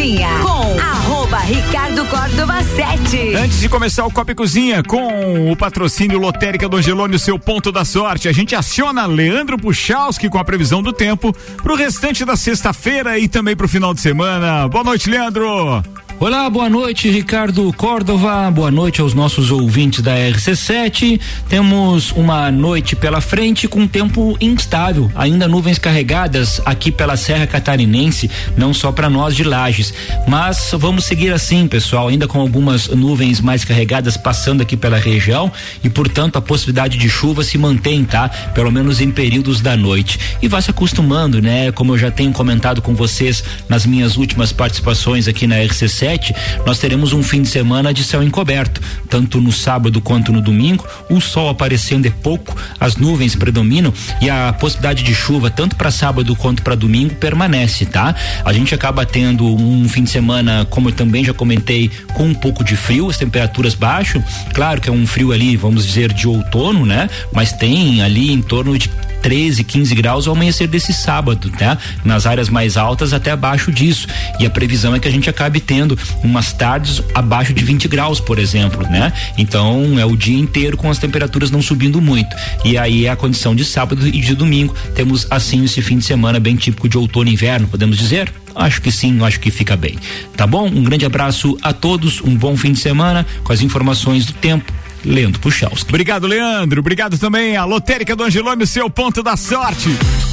Cozinha com @Ricardo Córdova 7. Antes de começar o Copa e Cozinha com o patrocínio Lotérica do Angelone, o seu ponto da sorte, a gente aciona Leandro Puchalski com a previsão do tempo pro restante da sexta-feira e também pro final de semana. Boa noite, Leandro. Olá, boa noite, Ricardo Córdova, boa noite aos nossos ouvintes da RC7. Temos uma noite pela frente com tempo instável, ainda nuvens carregadas aqui pela Serra Catarinense, não só para nós de Lages, mas vamos seguir assim, pessoal, ainda com algumas nuvens mais carregadas passando aqui pela região e, portanto, a possibilidade de chuva se mantém, tá? Pelo menos em períodos da noite. E vai se acostumando, né? Como eu já tenho comentado com vocês nas minhas últimas participações aqui na RC7, nós teremos um fim de semana de céu encoberto, tanto no sábado quanto no domingo. O sol aparecendo é pouco, as nuvens predominam e a possibilidade de chuva tanto para sábado quanto para domingo permanece, tá? A gente acaba tendo um fim de semana, como eu também já comentei, com um pouco de frio, as temperaturas baixas. Claro que é um frio ali, vamos dizer, de outono, né? Mas tem ali em torno de 13, 15 graus ao amanhecer desse sábado, tá? Nas áreas mais altas até abaixo disso. E a previsão é que a gente acabe tendo umas tardes abaixo de 20 graus, por exemplo, né? Então é o dia inteiro com as temperaturas não subindo muito. E aí é a condição de sábado e de domingo. Temos assim esse fim de semana bem típico de outono e inverno, podemos dizer? Acho que sim, acho que fica bem. Tá bom? Um grande abraço a todos, um bom fim de semana com as informações do tempo. Leandro Puchalski. Obrigado, Leandro. Obrigado também a Lotérica do Angelone, o seu ponto da sorte.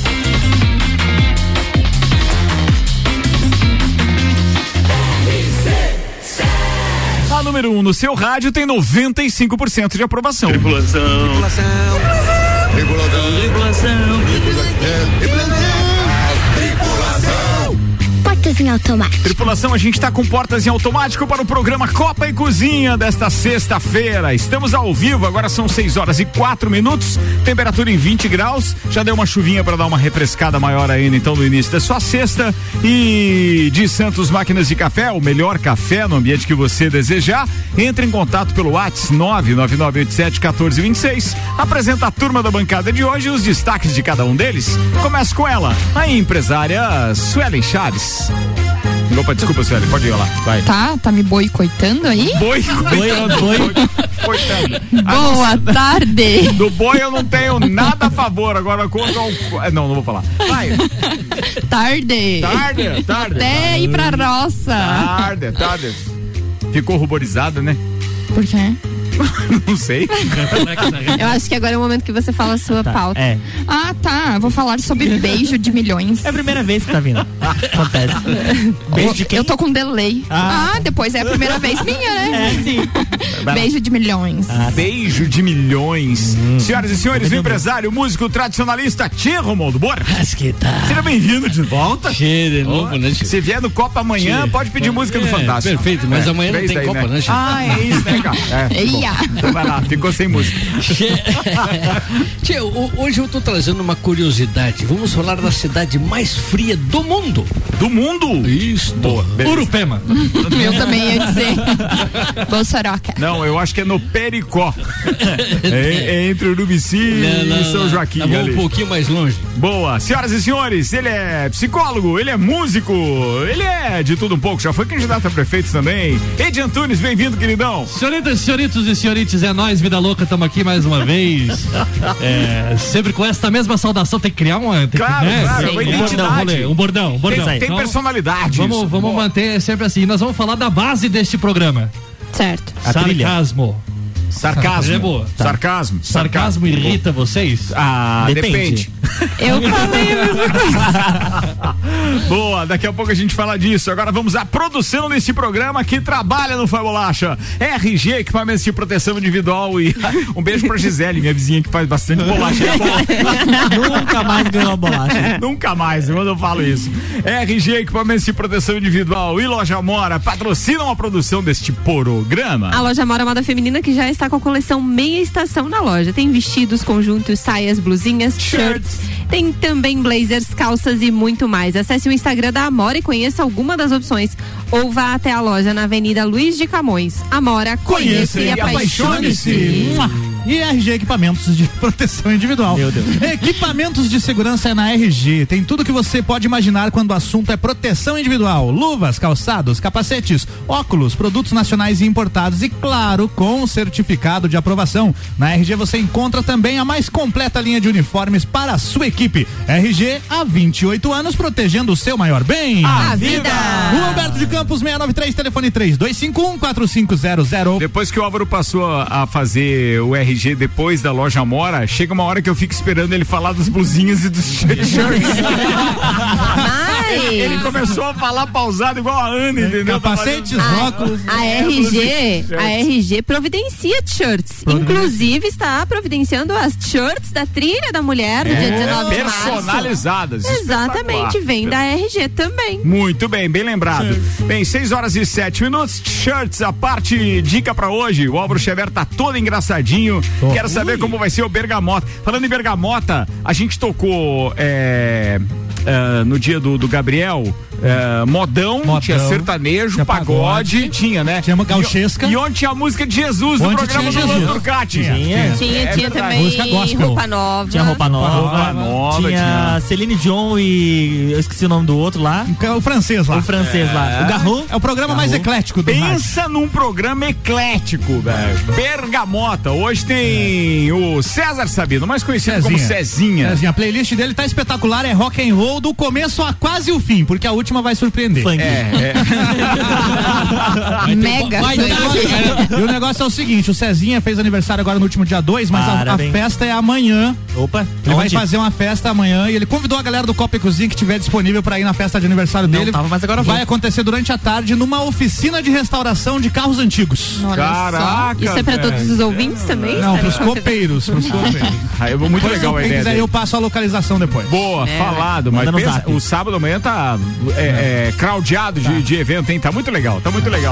A número 1 no seu rádio tem 95% de aprovação. Tripulação. Portas em automático. Tripulação, a gente está com portas em automático para o programa Copa e Cozinha desta sexta-feira. Estamos ao vivo, agora são 6h04, temperatura em 20 graus. Já deu uma chuvinha para dar uma refrescada maior ainda, então, no início da sua sexta. E de Santos Máquinas de Café, o melhor café no ambiente que você desejar. Entre em contato pelo WhatsApp 99987-1426. Apresenta a turma da bancada de hoje e os destaques de cada um deles. Começa com ela, a empresária Suelen Chaves. Opa, desculpa, Sueli, pode ir lá, vai. Tá me boicotando aí? Boicotando. Boa tarde. Do boi eu não tenho nada a favor, agora quanto ao... Não vou falar. Vai. Tarde. Até ir pra roça. Tarde. Ficou ruborizada, né? Por quê? Não sei. Eu acho que agora é o momento que você fala a sua pauta. É. Ah, tá. Vou falar sobre beijo de milhões. É a primeira vez que tá vindo. Acontece. Beijo de quem? Eu tô com delay. Depois é a primeira vez minha, né? É, sim. Beijo de milhões. Beijo de milhões. Senhoras e senhores, o empresário, músico tradicionalista Tchê Romualdo Borges. Seja bem-vindo de volta. Tchê de novo, né? Se vier no Copa amanhã, pode pedir música do Fantástico. Perfeito, mas amanhã não tem aí, Copa, né? É isso, né, cara? Então vai lá, ficou sem música. Tchê, hoje eu tô trazendo uma curiosidade. Vamos falar da cidade mais fria do mundo. Do mundo? Isso. Boa. Urupema. Eu também ia dizer. Bolsoroca. Não, eu acho que é no Pericó. É entre Urubici e São Joaquim. Vamos um pouquinho mais longe. Boa. Senhoras e senhores, ele é psicólogo, ele é músico, ele é de tudo um pouco. Já foi candidato a prefeito também. Edi Antunes, bem-vindo, queridão. Senhoritas e senhoritos, é nóis, vida louca, estamos aqui mais uma vez. Sempre com essa mesma saudação, tem que criar uma. Claro, uma identidade. Um bordão. Tem então, personalidade. Vamos manter sempre assim. Nós vamos falar da base deste programa. Certo. Sarcasmo. Sarcasmo. Tá. Sarcasmo irrita vocês? Depende. Eu falei a mesma coisa. Boa, daqui a pouco a gente fala disso. Agora vamos à produção desse programa que trabalha no Faz Bolacha. RG, equipamentos de proteção individual, e um beijo pra Gisele, minha vizinha que faz bastante bolacha. Nunca mais ganhou bolacha. Nunca mais, quando eu falo isso. RG, equipamentos de proteção individual e Loja Amora patrocinam a produção deste programa. A Loja Amora Moda Feminina, que já está com a coleção Meia Estação na loja. Tem vestidos, conjuntos, saias, blusinhas, shirts. Tem também blazers, calças e muito mais. Acesse o Instagram da Amora e conheça alguma das opções. Ou vá até a loja na Avenida Luiz de Camões. Amora, conheça e apaixone-se. E RG Equipamentos de Proteção Individual. Meu Deus. Equipamentos de segurança é na RG. Tem tudo que você pode imaginar quando o assunto é proteção individual. Luvas, calçados, capacetes, óculos, produtos nacionais e importados e, claro, com certificado de aprovação. Na RG você encontra também a mais completa linha de uniformes para a sua equipe. RG há 28 anos protegendo o seu maior bem. A vida. Rua Alberto de Campos 693, telefone 3251-4500. Depois que o Álvaro passou a fazer o RG depois da loja Amora, chega uma hora que eu fico esperando ele falar das blusinhas e dos shirts. Ele começou a falar pausado igual a Ana, entendeu? Capacetes, óculos. A RG providencia shirts. Inclusive está providenciando as shirts da trilha da mulher no dia 19 de março. Personalizadas. Exatamente, vem da RG também. Muito bem, bem lembrado. Bem, 6h07. Shirts, a parte dica pra hoje. O Álvaro Xavier tá todo engraçadinho. Quero saber como vai ser o Bergamota. Falando em Bergamota, a gente tocou no dia do Gabriel, modão, tinha sertanejo, tinha pagode, tinha, né? Tinha uma gauchesca. E ontem tinha a música de Jesus no programa do Luan Turcati. Tinha também roupa nova. Tinha roupa nova. Tinha Celine Dion e eu esqueci o nome do outro lá. O francês lá. O Garro. É o programa mais eclético do Pensa num programa eclético, velho. Bergamota. Hoje tem o César Sabino, mais conhecido como Cezinha. A playlist dele tá espetacular, é rock and roll do começo a quase o fim, porque a última vai surpreender. Mega. E o negócio é o seguinte, o Cezinha fez aniversário agora no último dia 2, mas a festa é amanhã. Opa. Ele vai fazer uma festa amanhã e ele convidou a galera do Copa e Cozinha que tiver disponível pra ir na festa de aniversário dele. Mas agora vai acontecer durante a tarde numa oficina de restauração de carros antigos. Caraca, isso é pra todos os ouvintes também? Não, pros copeiros. Muito legal a ideia. Quem quiser eu passo a localização depois. Boa, falado. Mas pensa, o sábado amanhã tá craudiado de evento, hein? Tá muito legal,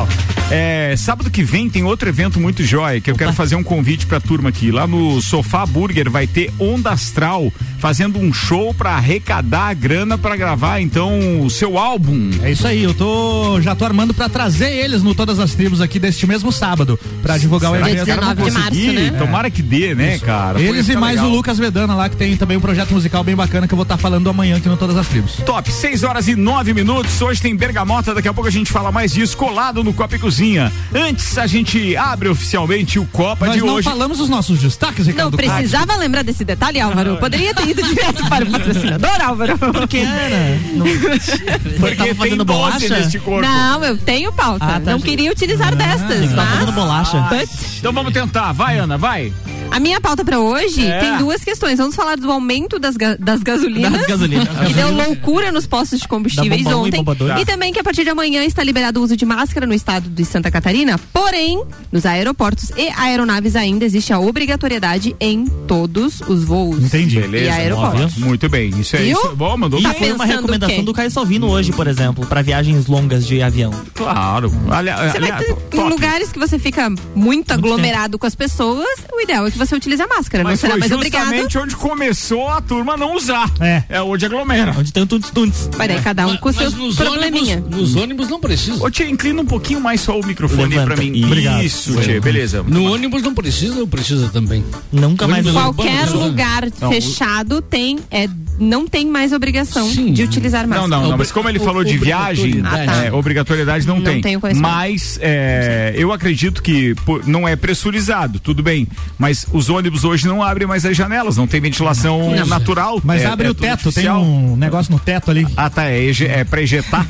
sábado que vem tem outro evento muito jóia, que eu quero fazer um convite pra turma aqui. Lá no Sofá Burger vai ter Onda Astral fazendo um show pra arrecadar a grana pra gravar, então, o seu álbum. É isso aí, já tô armando pra trazer eles no Todas as Tribos aqui deste mesmo sábado, pra divulgar o evento. 19 de março, né? Tomara que dê, né, cara? Eles e mais legal. O Lucas Vedana lá, que tem também um projeto musical bem bacana que eu vou estar falando amanhã aqui no Todas as Tribos. Top, 6h09. Hoje tem Bergamota, daqui a pouco a gente fala mais disso, colado no Copa e Cozinha. Antes a gente abre oficialmente o Copa de hoje. Nós não falamos os nossos destaques, Ricardo. Não precisava lembrar desse detalhe, Álvaro. Poderia ter ido direto para o patrocinador, Álvaro. Por que, Ana? Porque fazendo bolacha neste corpo. Não, eu tenho pauta. Não queria utilizar destas. Tá fazendo bolacha. Então vamos tentar. Vai, Ana, vai. A minha pauta pra hoje tem duas questões. Vamos falar do aumento das gasolinas. Que deu loucura nos postos de combustíveis ontem. E também que a partir de amanhã está liberado o uso de máscara no estado de Santa Catarina. Porém, nos aeroportos e aeronaves ainda existe a obrigatoriedade em todos os voos. Entendi. Beleza. E aeroportos. Muito bem. Isso é isso. Bom, mandou. E foi uma recomendação do Caio Salvino hoje, por exemplo, pra viagens longas de avião. Claro. Você vai ter, em lugares que você fica muito aglomerado com as pessoas, o ideal é que você utilize a máscara. Mas não será mais obrigado. Justamente onde começou a turma não usar. É onde aglomera. Onde tem um tuntes. Vai daí cada um com seus probleminha. Nos ônibus não precisa. Ô, tia, inclina um pouquinho mais só o microfone aí pra mim. Obrigado. Isso, tia, beleza. No ônibus não precisa ou precisa também? Nunca mais. Qualquer lugar fechado não tem mais obrigação de utilizar máscara. Não, mas como ele falou de viagem, obrigatoriedade não tem. Mas eu acredito que não é pressurizado, tudo bem, mas os ônibus hoje não abrem mais as janelas, não tem ventilação natural. Mas abre o teto, artificial. Tem um negócio no teto ali. Ah, tá, é pra ejetar.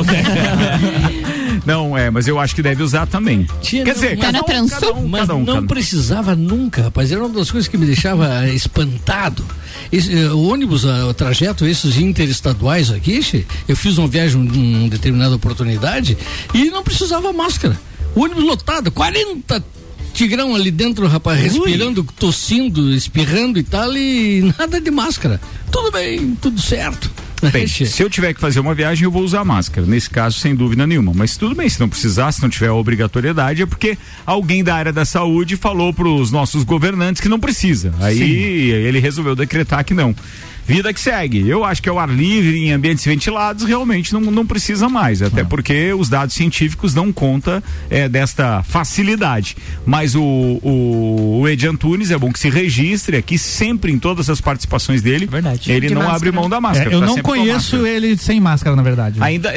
Não, mas eu acho que deve usar também. Quer dizer, cada um. Não precisava nunca, rapaz. Era uma das coisas que me deixava espantado. O ônibus, o trajeto, esses interestaduais aqui, eu fiz uma viagem em uma determinada oportunidade e não precisava máscara. O ônibus lotado, 40 tigrão ali dentro, rapaz, respirando, tossindo, espirrando e tal, e nada de máscara. Tudo bem, tudo certo. Bem, se eu tiver que fazer uma viagem, eu vou usar máscara. Nesse caso, sem dúvida nenhuma. Mas tudo bem, se não precisar, se não tiver a obrigatoriedade, é porque alguém da área da saúde falou para os nossos governantes que não precisa. Aí ele resolveu decretar que não. vida que segue. Eu acho que ao ar livre, em ambientes ventilados, realmente não precisa mais, até porque os dados científicos dão conta desta facilidade. Mas o Edi Antunes, é bom que se registre aqui sempre em todas as participações dele. Verdade. Ele não abre mão da máscara. Eu não conheço ele sem máscara, na verdade. Ainda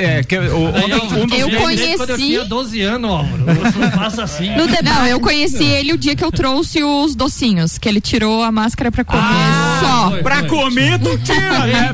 eu conheci. Quando eu tinha 12 anos, Álvaro. Não faça assim. Não, eu conheci ele o dia que eu trouxe os docinhos, que ele tirou a máscara pra comer. Só. Pra comer, tu tira, né?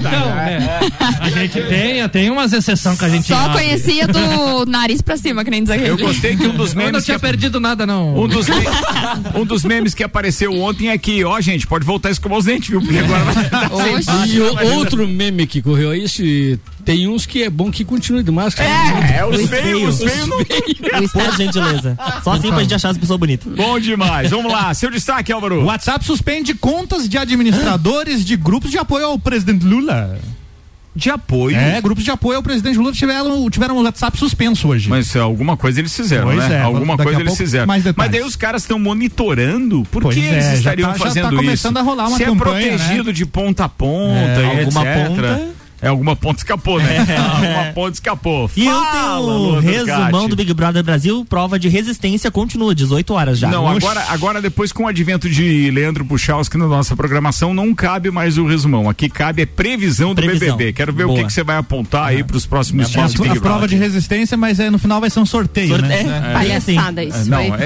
A gente tem umas exceções que a gente só conhecia do nariz pra cima, que nem diz aquele. Eu gostei que um dos memes. Eu não tinha perdido nada, não. Um dos memes que apareceu ontem é que, gente, pode voltar a escovar os dentes, viu? Porque agora vai dar E outro meme que correu aí, tem uns que é bom que continue de máscara. Os feios Por gentileza. Só assim pra gente achar as pessoas bonitas. Bom demais. Vamos lá. Seu destaque, Álvaro. O WhatsApp suspende contas de administradores de grupos de apoio ao presidente Lula. De apoio? Grupos de apoio ao presidente Lula tiveram o WhatsApp suspenso hoje. Mas alguma coisa eles fizeram, né? Alguma coisa eles fizeram. Mas daí os caras estão monitorando. Por que eles estariam fazendo isso? Começando a rolar uma campanha, protegido de ponta a ponta e alguma etc. ponta. Alguma ponta escapou, né? Alguma ponta escapou. E eu tenho o resumão do Big Brother Brasil, prova de resistência continua, 18 horas já. Não, agora depois com o advento de Leandro Puchalski na nossa programação, não cabe mais o resumão. Aqui cabe previsão do BBB. Quero ver o que você vai apontar aí pros próximos dias. A prova de resistência, mas no final vai ser um sorteio, né? Palhaçada isso.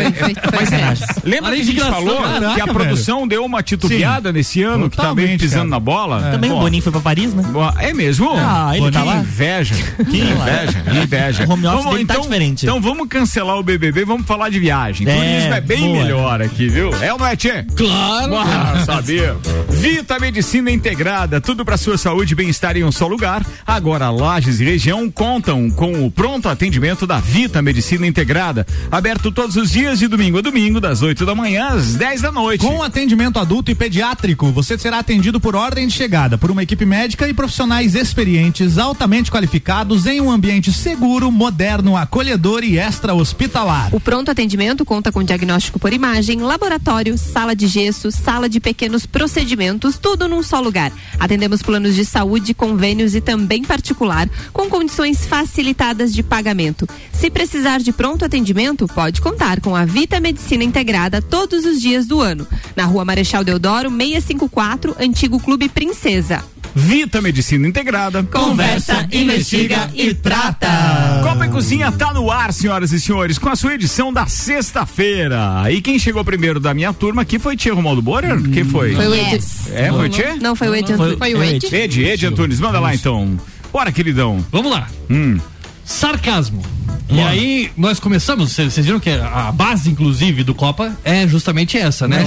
Lembra que a gente falou que a produção deu uma titubeada nesse ano, que tá meio pisando na bola? Também o Boninho foi pra Paris, né? É mesmo? Ele tá lá. Inveja. Que inveja. O home office dele tá diferente. Então vamos cancelar o BBB e vamos falar de viagem. Turismo é bem melhor aqui, viu? Ou não é, Tchê? Claro. Sabia. Vita Medicina Integrada, tudo pra sua saúde e bem-estar em um só lugar. Agora Lages e região contam com o pronto atendimento da Vita Medicina Integrada. Aberto todos os dias de domingo a domingo, das 8 da manhã às 10 da noite. Com atendimento adulto e pediátrico, você será atendido por ordem de chegada por uma equipe médica e profissionais experientes, altamente qualificados em um ambiente seguro, moderno, acolhedor e extra-hospitalar. O pronto atendimento conta com diagnóstico por imagem, laboratório, sala de gesso, sala de pequenos procedimentos, tudo num só lugar. Atendemos planos de saúde, convênios e também particular, com condições facilitadas de pagamento. Se precisar de pronto atendimento, pode contar com a Vita Medicina Integrada todos os dias do ano. Na Rua Marechal Deodoro, 654, Antigo Clube Princesa. Vita Medicina Integrada. Conversa, investiga e trata. Copa e Cozinha tá no ar, senhoras e senhores, com a sua edição da sexta-feira. E quem chegou primeiro da minha turma aqui foi Tchê Romualdo Borer? Quem foi? Foi o Edi. Foi o Tchê? Não, foi o Edi Antunes. Foi o Edi. Edi Antunes, manda lá então. Bora, queridão. Vamos lá. Sarcasmo. E aí, nós começamos, vocês viram que a base, inclusive, do Copa é justamente essa, né? Não,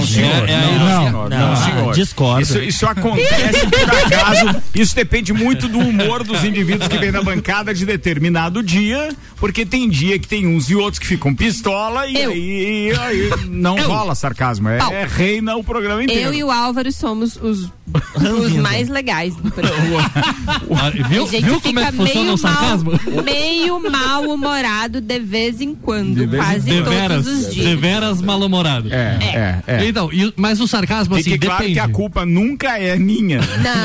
senhor. Discordo. Isso acontece por acaso, isso depende muito do humor dos indivíduos que vêm na bancada de determinado dia, porque tem dia que tem uns e outros que ficam pistola e aí não rola sarcasmo, reina o programa inteiro. Eu e o Álvaro somos os mais legais do programa. Viu como é que funciona o sarcasmo? Meio mal-humorado de vez em quando, quase todos os dias. Deveras mal-humorado. Então, mas o sarcasmo, assim, depende. Claro que a culpa nunca é minha.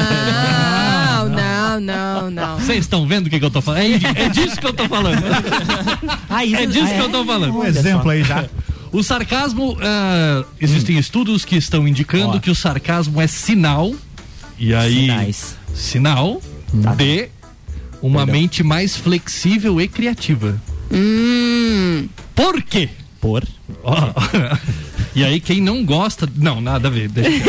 Não. Vocês estão vendo o que eu tô falando? É disso que eu tô falando. É disso que eu tô falando. Um exemplo aí já. O sarcasmo, existem estudos que estão indicando que o sarcasmo é sinal, e aí, sinal de uma mente mais flexível e criativa. Por quê? E aí quem não gosta... Não, nada a ver.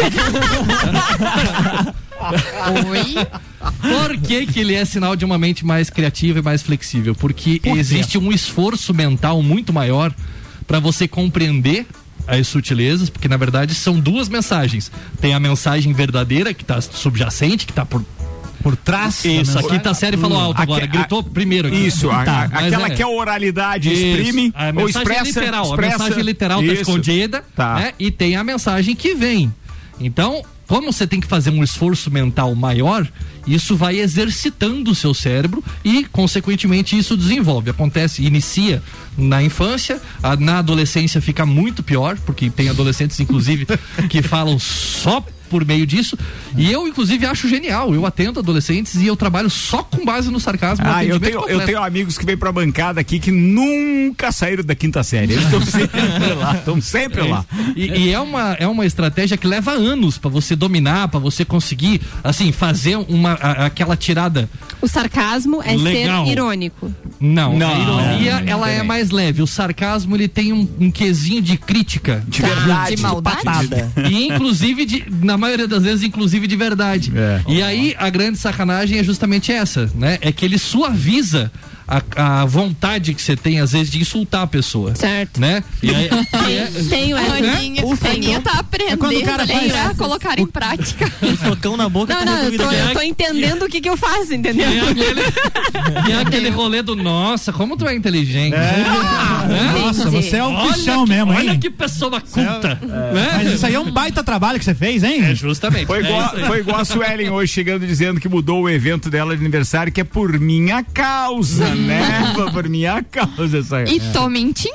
Oi? Por que ele é sinal de uma mente mais criativa e mais flexível? Porque existe um esforço mental muito maior para você compreender as sutilezas, porque na verdade são duas mensagens. Tem a mensagem verdadeira que está subjacente, que está por trás. Isso, aqui tá sério e falou alto agora, gritou primeiro aqui. Isso, aquela que a oralidade exprime ou expressa. A mensagem literal tá escondida, né? E tem a mensagem que vem. Então, como você tem que fazer um esforço mental maior, isso vai exercitando o seu cérebro e, consequentemente, isso desenvolve. Inicia na infância, na adolescência fica muito pior, porque tem adolescentes, inclusive, que falam só por meio disso. E eu, inclusive, acho genial. Eu atendo adolescentes e eu trabalho só com base no sarcasmo. Eu tenho amigos que vêm pra bancada aqui que nunca saíram da quinta série. Eles estão sempre lá. E é uma estratégia que leva anos pra você dominar, pra você conseguir, assim, fazer aquela tirada. O sarcasmo é legal. Ser irônico. Não, a ironia, ela é mais leve. O sarcasmo, ele tem um quesinho de crítica. De verdade. De maldade. E inclusive, na maioria das vezes, inclusive de verdade. E aí, a grande sacanagem é justamente essa, né? É que ele suaviza a vontade que você tem, às vezes, de insultar a pessoa. Certo. Né? E aí, tenho essa. A Aninha tá aprendendo a colocar em prática. Um socão na boca. Eu tô entendendo o que eu faço, entendeu? E aquele rolê do, nossa, como tu é inteligente. Nossa, você é um bichão mesmo, hein? Olha que pessoa culta. Mas isso aí é um baita trabalho que você fez, hein? É, justamente. Foi igual a Suelen hoje chegando dizendo que mudou o evento dela de aniversário, que é por minha causa, né? Por minha causa isso aí. E tô mentindo.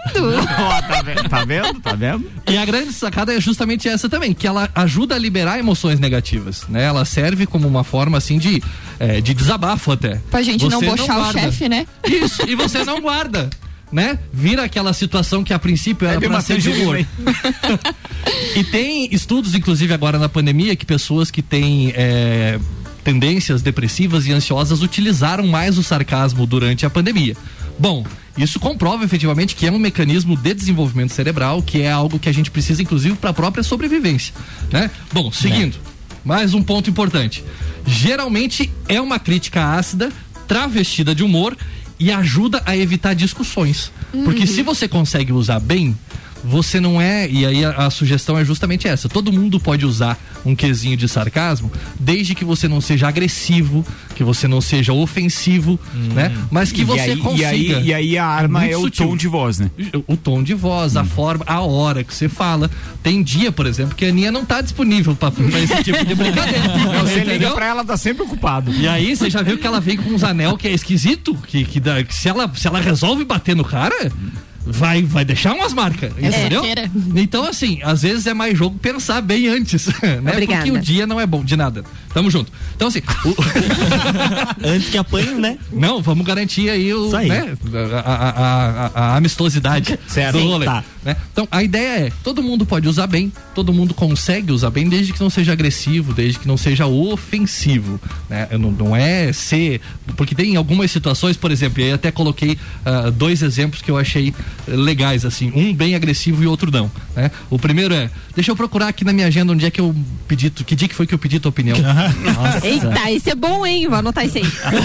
Tá vendo? E a grande sacada é justamente essa também, que ela ajuda a liberar emoções negativas, né? Ela serve como uma forma, assim, de desabafo até. Pra gente não bochar o chefe, né? Isso, e você não guarda, né? Vira aquela situação que a princípio era pra ser de humor. E tem estudos, inclusive agora na pandemia, que pessoas que têm tendências depressivas e ansiosas utilizaram mais o sarcasmo durante a pandemia. Bom, isso comprova efetivamente que é um mecanismo de desenvolvimento cerebral, que é algo que a gente precisa, inclusive, para a própria sobrevivência, né? Bom, seguindo, mais um ponto importante. Geralmente é uma crítica ácida, travestida de humor, e ajuda a evitar discussões. Porque se você consegue usar bem, você não e aí a sugestão é justamente essa: todo mundo pode usar um quesinho de sarcasmo, desde que você não seja agressivo, que você não seja ofensivo, né? Mas que você consiga. E aí a arma é o tom de voz, né? O tom de voz, a forma, a hora que você fala. Tem dia, por exemplo, que a Aninha não tá disponível pra esse tipo de brincadeira. Você liga pra ela, tá sempre ocupado. E aí você já viu que ela vem com uns anel que é esquisito, que se ela resolve bater no cara, vai deixar umas marcas, entendeu? Então, assim, às vezes é mais jogo pensar bem antes, né? Obrigada. Porque o dia não é bom, de nada. Tamo junto. Então, assim... Antes que apanhe, né? Não, vamos garantir aí né? a amistosidade do rolê. Tá. Né? Então, a ideia é, todo mundo pode usar bem, todo mundo consegue usar bem, desde que não seja agressivo, desde que não seja ofensivo, né? Não é ser... Porque tem algumas situações, por exemplo, eu até coloquei 2 exemplos que eu achei legais, assim, um bem agressivo e outro não, né? O primeiro deixa eu procurar aqui na minha agenda onde é que eu pedi, que dia que foi que eu pedi tua opinião. Nossa. Eita, isso é bom, hein? Vou anotar isso aí.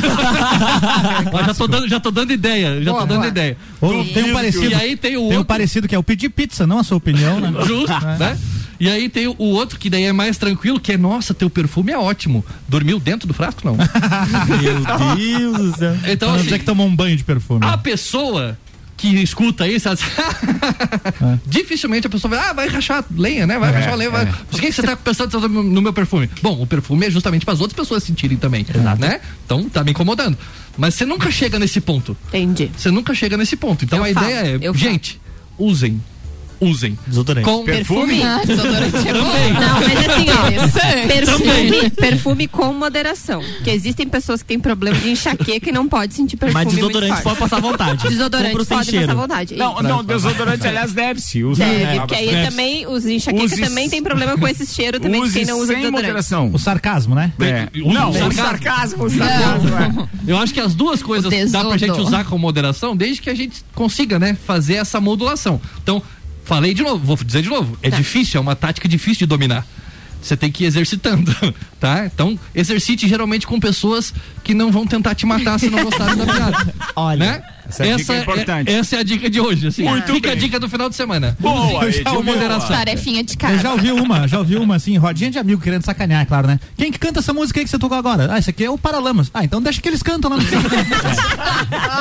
Já tô dando ideia, ideia. Tem um parecido, e aí tem o outro, parecido que é o pedir pizza, não a sua opinião, né? Justo, né? E aí tem o outro que daí é mais tranquilo, que é, nossa, teu perfume é ótimo. Dormiu dentro do frasco, não? Meu Deus do céu. Então, assim, é que tomou um banho de perfume. A pessoa que escuta isso, dificilmente a pessoa vai rachar lenha, né? Vai rachar lenha. Por que você tá pensando no meu perfume? Bom, o perfume é justamente para as outras pessoas sentirem também, né? Então tá me incomodando. Mas você nunca chega nesse ponto. Entendi. Você nunca chega nesse ponto. Então a ideia é, gente, usem desodorante. Com perfume? Desodorante é bom. Não, mas assim, ó, perfume com moderação. Porque existem pessoas que têm problema de enxaqueca e não pode sentir perfume. Mas desodorante pode passar à vontade. Desodorante pode passar à vontade. Não, desodorante, aliás, deve-se. Deve, porque aí também, os enxaqueca também tem problema com esse cheiro também de quem não usa desodorante. Moderação. O sarcasmo, né? O sarcasmo. Eu acho que as duas coisas dá pra gente usar com moderação, desde que a gente consiga, né, fazer essa modulação. Então, falei de novo, vou dizer de novo. É difícil, é uma tática difícil de dominar. Você tem que ir exercitando, tá? Então, exercite geralmente com pessoas que não vão tentar te matar se não gostarem da piada. Olha, né? Essa é importante. Essa é a dica de hoje, assim. Fica a dica do final de semana. Boa, com moderação. Tarefinha de casa. Eu já ouvi uma assim, rodinha de amigo querendo sacanear, é claro, né? Quem que canta essa música aí que você tocou agora? Esse aqui é o Paralamas. Então deixa que eles cantam lá no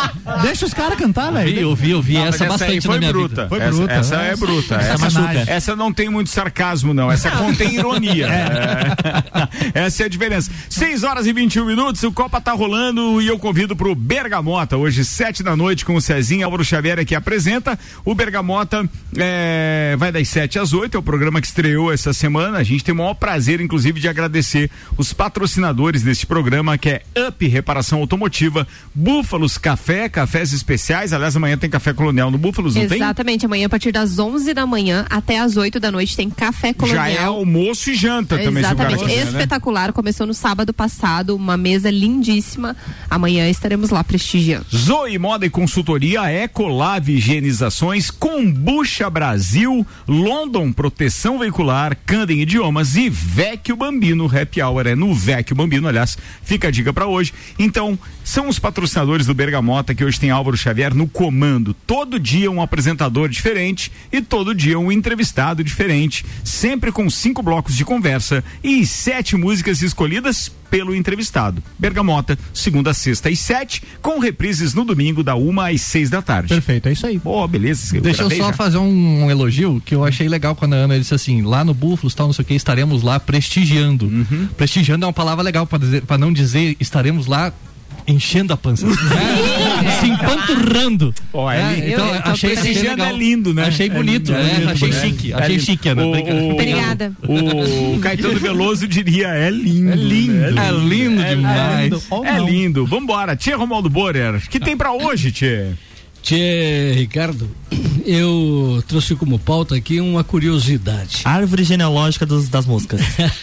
Deixa os caras cantar, velho. Eu vi essa bastante na minha bruta. vida. Foi bruta. Essa é bruta. Essa não tem muito sarcasmo, não. Essa contém ironia. Essa é a diferença. 6h21, o Copa tá rolando e eu convido pro Bergamota, hoje 7h com o Cezinha, Álvaro Xavier que apresenta. O Bergamota vai das 7 às 8, é o programa que estreou essa semana. A gente tem o maior prazer, inclusive, de agradecer os patrocinadores deste programa, que é Up Reparação Automotiva, Búfalos Café, cafés especiais. Aliás, amanhã tem Café Colonial no Búfalos, não tem? Exatamente, amanhã a partir das 11 da manhã até as 8 da noite tem Café Colonial. Já é almoço e janta também. Exatamente, espetacular, né? Começou no sábado passado, uma mesa lindíssima. Amanhã estaremos lá prestigiando. Zoe Moda e Consultoria, Ecolave Higienizações, Kombucha Brasil, London Proteção Veicular, Candem Idiomas e Vecchio Bambino. Happy Hour é no Vecchio Bambino, aliás, fica a dica pra hoje. Então, são os patrocinadores do Bergamota, que hoje tem Álvaro Xavier no comando. Todo dia um apresentador diferente e todo dia um entrevistado diferente, sempre com 5 blocos de conversa e 7 músicas escolhidas pelo entrevistado. Bergamota, segunda a sexta às 7, com reprises no domingo da 1 às 6 da tarde. Perfeito, é isso aí. Pô, beleza. Deixa eu só fazer um elogio que eu achei legal quando a Ana disse assim, lá no Búfalos, tal, não sei o que, estaremos lá prestigiando. Prestigiando é uma palavra legal para não dizer estaremos lá enchendo a pança. Se empanturrando. Então, achei legal. É lindo, né? Achei bonito, achei chique. Achei chique, Ana. Obrigada. O Caetano Veloso diria, é lindo. É lindo. É lindo demais. É lindo. Vambora. Tchê Romualdo Borer, o que tem pra hoje, Tchê? Tchê, Ricardo, eu trouxe como pauta aqui uma curiosidade. Árvore genealógica das moscas.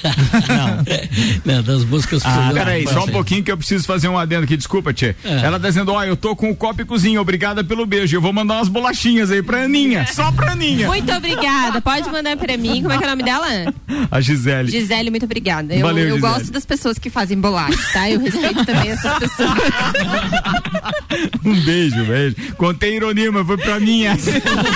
Não, das moscas. Peraí, só um pouquinho que eu preciso fazer um adendo aqui, desculpa, Tchê. Ela tá dizendo, eu tô com o copo e cozinha, obrigada pelo beijo, eu vou mandar umas bolachinhas aí pra Aninha, só pra Aninha. Muito obrigada, pode mandar pra mim, como é que é o nome dela? A Gisele. Gisele, muito obrigada. Valeu, eu Gisele. gosto das pessoas que fazem bolacha, tá? Eu respeito também essas pessoas. Um beijo. Contei ironia, mas foi pra mim essa.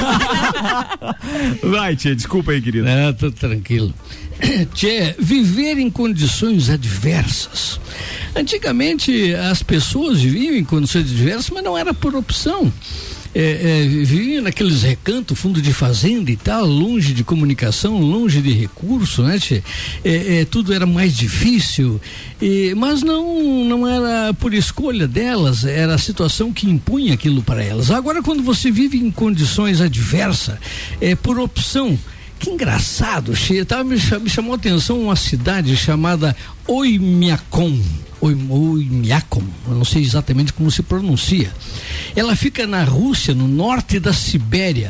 Vai, Tchê, desculpa aí, querido. Tô tranquilo. Tchê, viver em condições adversas. Antigamente as pessoas viviam em condições adversas, mas não era por opção. Viviam naqueles recantos, fundo de fazenda e tal, longe de comunicação, longe de recurso, né, tchê? Tudo era mais difícil, mas não era por escolha delas, era a situação que impunha aquilo para elas. Agora, quando você vive em condições adversas, é por opção. Que engraçado, Che, me chamou a atenção uma cidade chamada Oymyakon, eu não sei exatamente como se pronuncia. Ela fica na Rússia, no norte da Sibéria.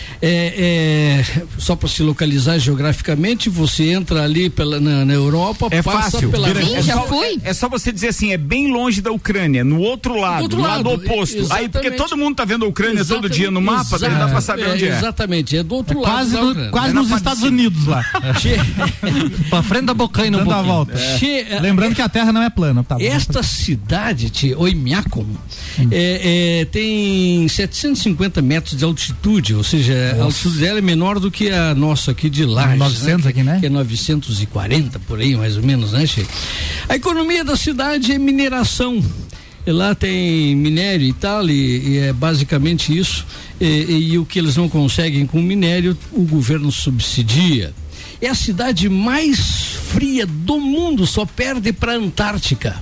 Só para se localizar geograficamente, você entra ali na Europa, passa fácil, pela já fui. É só você dizer assim, é bem longe da Ucrânia, no outro lado, lado oposto. Exatamente. Aí, porque todo mundo tá vendo a Ucrânia todo dia no mapa, daí dá pra saber onde é. Exatamente, é do outro lado. Quase nos Estados Unidos lá. Pra frente da Bocaina um pouquinho. Volta. Lembrando que a Terra não é plana. Tá bom. Esta cidade, Oymyakon, tem 750 metros de altitude, ou seja, a altitude dela é menor do que a nossa aqui de Lages. 900 aqui, né? Que é 940, por aí, mais ou menos, né, Che? A economia da cidade é mineração. E lá tem minério e tal, e é basicamente isso. E o que eles não conseguem com o minério, o governo subsidia. É a cidade mais fria do mundo, só perde para a Antártica.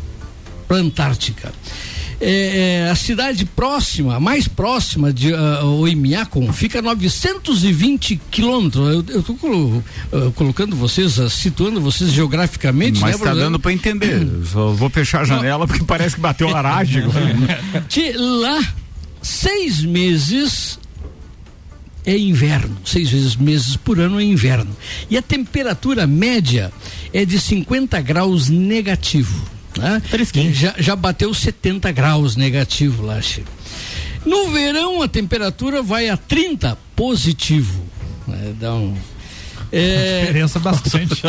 A cidade próxima, a mais próxima de Oymyakon, fica a 920 quilômetros. Eu estou colocando vocês, situando vocês geograficamente. Mas está dando para entender. Só vou fechar a janela porque parece que bateu a laje. Lá, 6 meses é inverno, 6 meses por ano é inverno. E a temperatura média é de 50 graus negativo. Né? Já bateu 70 graus negativo lá, Chico. No verão a temperatura vai a 30 positivo. Dá diferença bastante.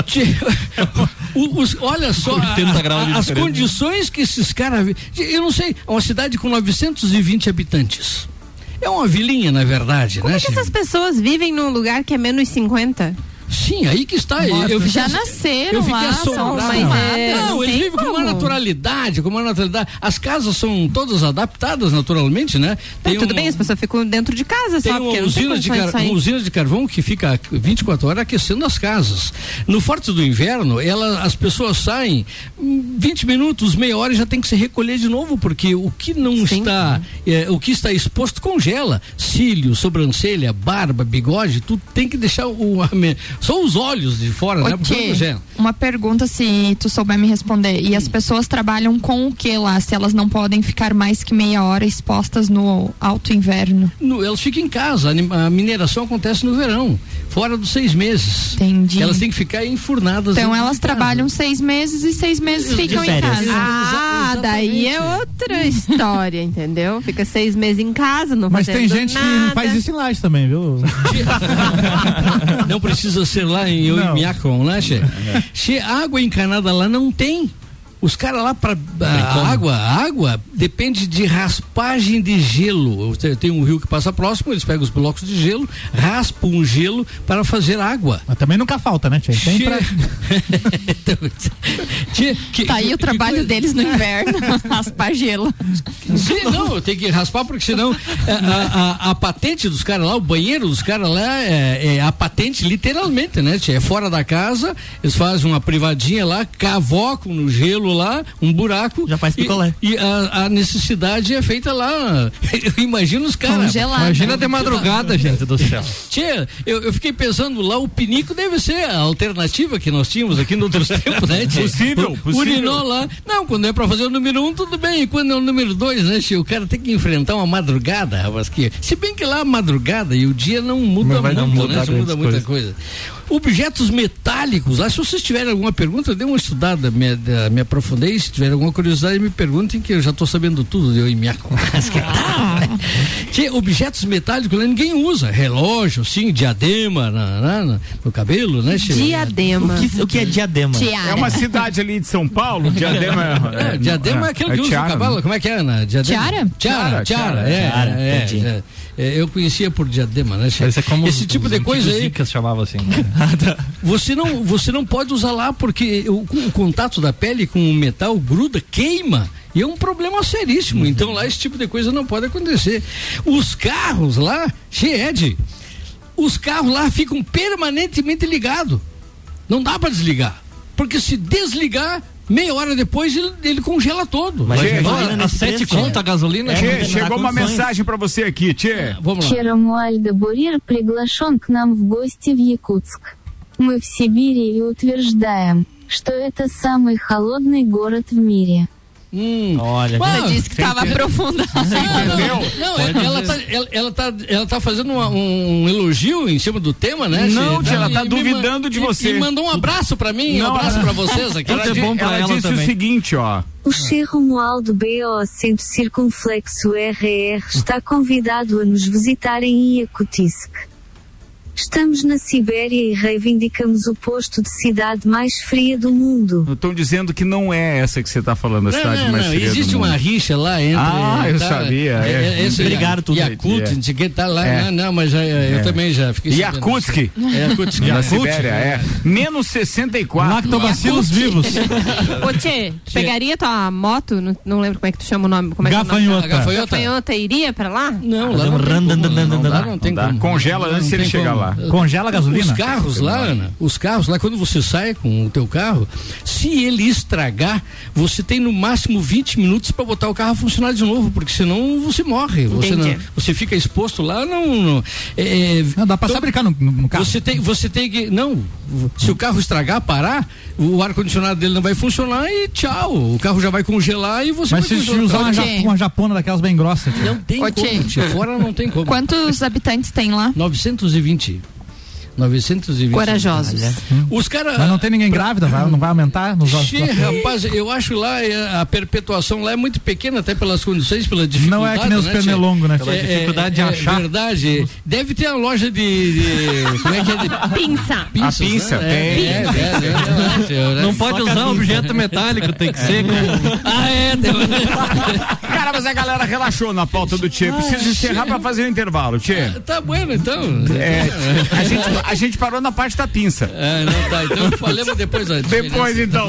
Olha só as condições que esses caras. Eu não sei, é uma cidade com 920 habitantes. É uma vilinha, na verdade, Como é que essas pessoas vivem num lugar que é menos 50? Sim, aí que está. Já nasceram eu fiquei lá, assombrado. Não, eles vivem com uma naturalidade, As casas são todas adaptadas naturalmente, né? Tudo bem, as pessoas ficam dentro de casa só, porque uma usina de carvão que fica 24 horas aquecendo as casas. No forte do inverno, as pessoas saem 20 minutos, meia hora e já tem que se recolher de novo, porque o que não está, o que está exposto congela. Cílio, sobrancelha, barba, bigode, tu tem que deixar só os olhos de fora, né? Tchê, uma pergunta, se tu souber me responder. E as pessoas trabalham com o que lá, se elas não podem ficar mais que meia hora expostas no alto inverno? Elas ficam em casa, a mineração acontece no verão, fora dos 6 meses. Entendi. Elas têm que ficar enfurnadas. Então elas trabalham 6 meses e 6 meses ficam em casa. Daí é outra história, entendeu? Fica 6 meses em casa, não Mas tem gente nada. que faz isso em Laje também, viu? Não precisa ser lá em Oimiacon, né, Che? Água encanada lá não tem. Os caras lá a água depende de raspagem de gelo. Tem um rio que passa próximo, eles pegam os blocos de gelo, raspam o gelo para fazer água. Mas também nunca falta, né, Tchê? Tá aí o trabalho deles no inverno, raspar gelo. Sim, não, tem que raspar porque senão a patente dos caras lá, o banheiro dos caras lá é a patente literalmente, né, Tchê? É fora da casa, eles fazem uma privadinha lá, cavocam no gelo lá, um buraco. Já faz picolé. E a necessidade é feita lá. Eu imagino os caras. Imagina de madrugada, gente do céu. Tchê, eu fiquei pensando lá, o pinico deve ser a alternativa que nós tínhamos aqui no outros tempos, né, Tchê? Possível. Urinó lá. Não, quando é pra fazer o número 1, tudo bem. E quando é o número 2, né, Tchê? O cara tem que enfrentar uma madrugada, rapaz. Se bem que lá a madrugada e o dia não muda muito, né? Não muda muita coisa. Objetos metálicos, se vocês tiverem alguma pergunta, eu dei uma estudada, me aprofundei, se tiver alguma curiosidade me perguntem, que eu já estou sabendo tudo de eu e minha objetos metálicos, né, ninguém usa, relógio, sim, diadema no cabelo, né? Diadema. O que é diadema? Tiara. É uma cidade ali de São Paulo, diadema diadema é aquele que usa o cavalo, como é que é, Ana? Tiara, eu conhecia por diadema, né? Esse tipo de coisa aí. Chamava assim. Você não pode usar lá porque o contato da pele com o metal gruda, queima. E é um problema seríssimo. Então lá esse tipo de coisa não pode acontecer. Os carros lá, os carros lá ficam permanentemente ligados. Não dá para desligar. Porque se desligar, meia hora depois ele congela todo. Mas a 7 conta a gasolina. Chegou uma mensagem pra você aqui, Tchê. Vamos lá. Черомуальда Бурир приглашен к нам в гости в Якутск. Мы в Сибири и утверждаем, что это самый холодный город в мире. Olha, você disse que estava aprofundado. Ela tá fazendo um elogio em cima do tema, né? Não, ela tá duvidando de você. E mandou um abraço pra mim, um abraço pra vocês aqui. Ela disse também o seguinte, ó. O Cheromualdo BO acento circunflexo RR está convidado a nos visitar em Yakutsk. Estamos na Sibéria e reivindicamos o posto de cidade mais fria do mundo. Estão dizendo que não é essa que você está falando, a cidade mais fria do mundo. Existe uma rixa lá entre... eu sabia. Obrigado, tudo. Yakut, não sei o que, tá lá. Não, mas eu também já fiquei... Yakutsk. Na Sibéria, menos 64. Lactobacilos vivos. Ô, Tchê, pegaria tua moto, não lembro como é que tu chama o nome. Gafanhota iria pra lá? Não, lá não tem como. Congela antes de ele chegar lá. Congela a gasolina? Os carros lá, quando você sai com o teu carro, se ele estragar, você tem no máximo 20 minutos para botar o carro a funcionar de novo, porque senão você morre. Você fica exposto lá, não dá pra brincar no carro. Você tem que, se o carro estragar, parar, o ar-condicionado dele não vai funcionar e tchau, o carro já vai congelar e você Mas vai se usar uma japona daquelas bem grossas. Não tem como, fora não tem como. Quantos habitantes tem lá? 920. Corajosos. Os caras. Mas não tem ninguém grávida, não vai aumentar nos rapaz, eu acho lá a perpetuação lá é muito pequena, até pelas condições, pela dificuldade. Não é que nem os pernilongos, né? Pela dificuldade de achar. Verdade. Deve ter uma loja de como é que é? Pinça. A pinça, tem. Não pode usar objeto metálico, tem que ser. Cara, mas a galera relaxou na pauta do Tchê. Precisa encerrar pra fazer o intervalo, Tchê. Tá bueno, então. A gente parou na parte da pinça. Não tá. Então falemos depois. Depois, então.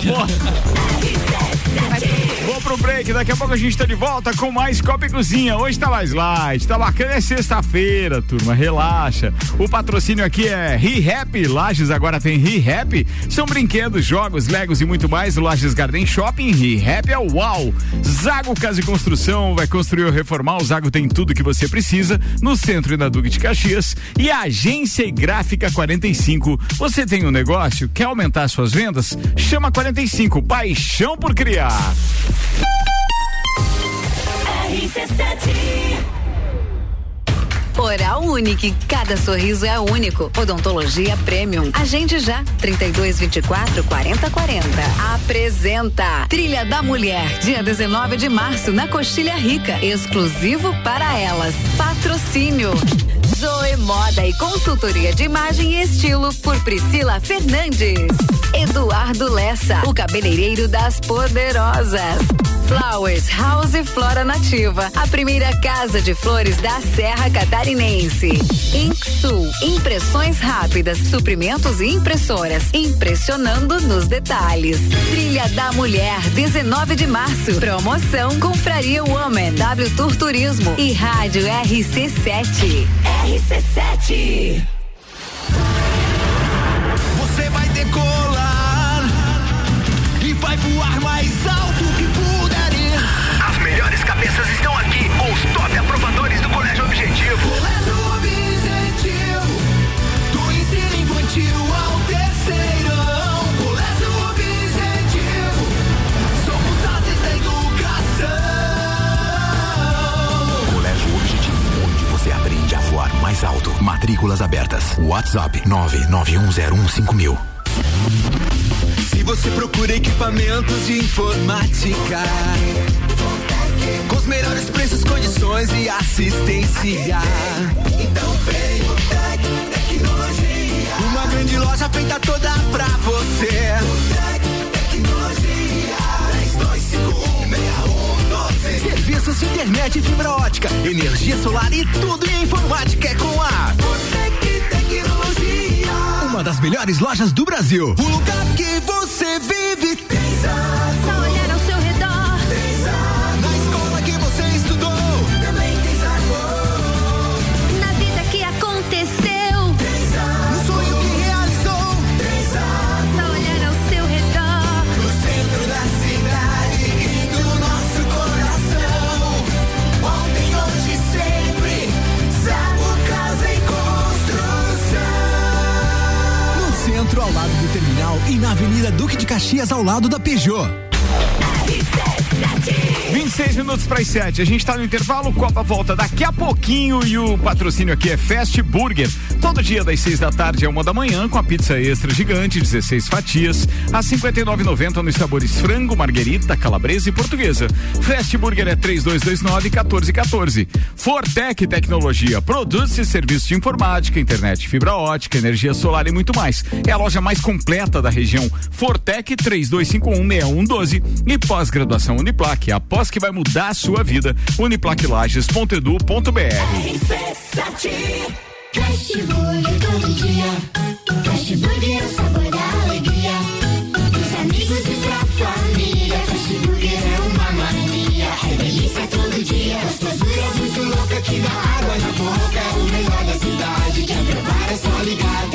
Vou pro break, daqui a pouco a gente tá de volta com mais Copa e Cozinha. Hoje tá mais light, tá bacana, é sexta-feira, turma, relaxa. O patrocínio aqui é ReHap, Lages agora tem ReHap. São brinquedos, jogos, legos e muito mais. O Lages Garden Shopping, ReHap é uau. Zago Casa e Construção, vai construir ou reformar, o Zago tem tudo que você precisa, no centro e na Duque de Caxias. E a Agência e Gráfica 45, você tem um negócio, quer aumentar suas vendas? Chama 45, paixão por criar. Oral Unique, cada sorriso é único. Odontologia Premium. Agende já, 3224-4040. Apresenta Trilha da Mulher, dia 19 de março, na Coxilha Rica, exclusivo para elas. Patrocínio Zoe Moda e Consultoria de Imagem e Estilo por Priscila Fernandes. Eduardo Lessa, o cabeleireiro das poderosas. Flowers House e Flora Nativa, a primeira casa de flores da Serra Catarinense. Inksul, impressões rápidas, suprimentos e impressoras, impressionando nos detalhes. Trilha da Mulher, 19 de março, promoção Confraria Woman, W Tour Turismo e Rádio RC7. RC7. Você vai decolar e vai voar mais alto que puder ir. As melhores cabeças estão aqui, com os top aprovadores do Colégio Objetivo. Colégio Objetivo, do ensino infantil ao terceirão. Colégio Objetivo, somos ases da educação. Colégio Objetivo, onde você aprende a voar mais alto. Matrículas abertas. WhatsApp 991015000. Se você procura equipamentos de informática, com os melhores preços, condições e assistência, então vem o Tecnologia. Uma grande loja feita toda pra você. Tecnologia 32516112. Serviços de internet e fibra ótica, energia solar e tudo em informática é com a Tecnologia. Uma das melhores lojas do Brasil. O lugar que você vive tem Só olhar ao seu redor. Na escola que você estudou também tem sabor. Na vida que aconteceu. No sonho que realizou. Só olhar ao seu redor. No centro da cidade e do nosso coração. Ontem, hoje e sempre. Zago Casa e Construção. No centro, ao lado do terminal, e na Avenida Duque de Caxias, ao lado da Peugeot. 26 minutos para as 7. A gente tá no intervalo, Copa volta daqui a pouquinho e o patrocínio aqui é Fast Burger. Todo dia das 6 da tarde a 1 da manhã com a pizza extra gigante, 16 fatias, a R$59,90 nos sabores frango, marguerita, calabresa e portuguesa. Fast Burger é 3229-1414. Fortec Tecnologia, produtos e serviços de informática, internet, fibra ótica, energia solar e muito mais. É a loja mais completa da região. Fortec 32516112 e pós-graduação Uniplac, após que vai mudar a sua vida. uniplaclages.edu.br. Fast Burger todo dia. Fast Burger é o sabor da alegria. Dos amigos e pra família. Fast Burger é uma mania. É delícia todo dia. Gostosura muito louca que dá água na boca. É o melhor da cidade. Quer provar é só ligar.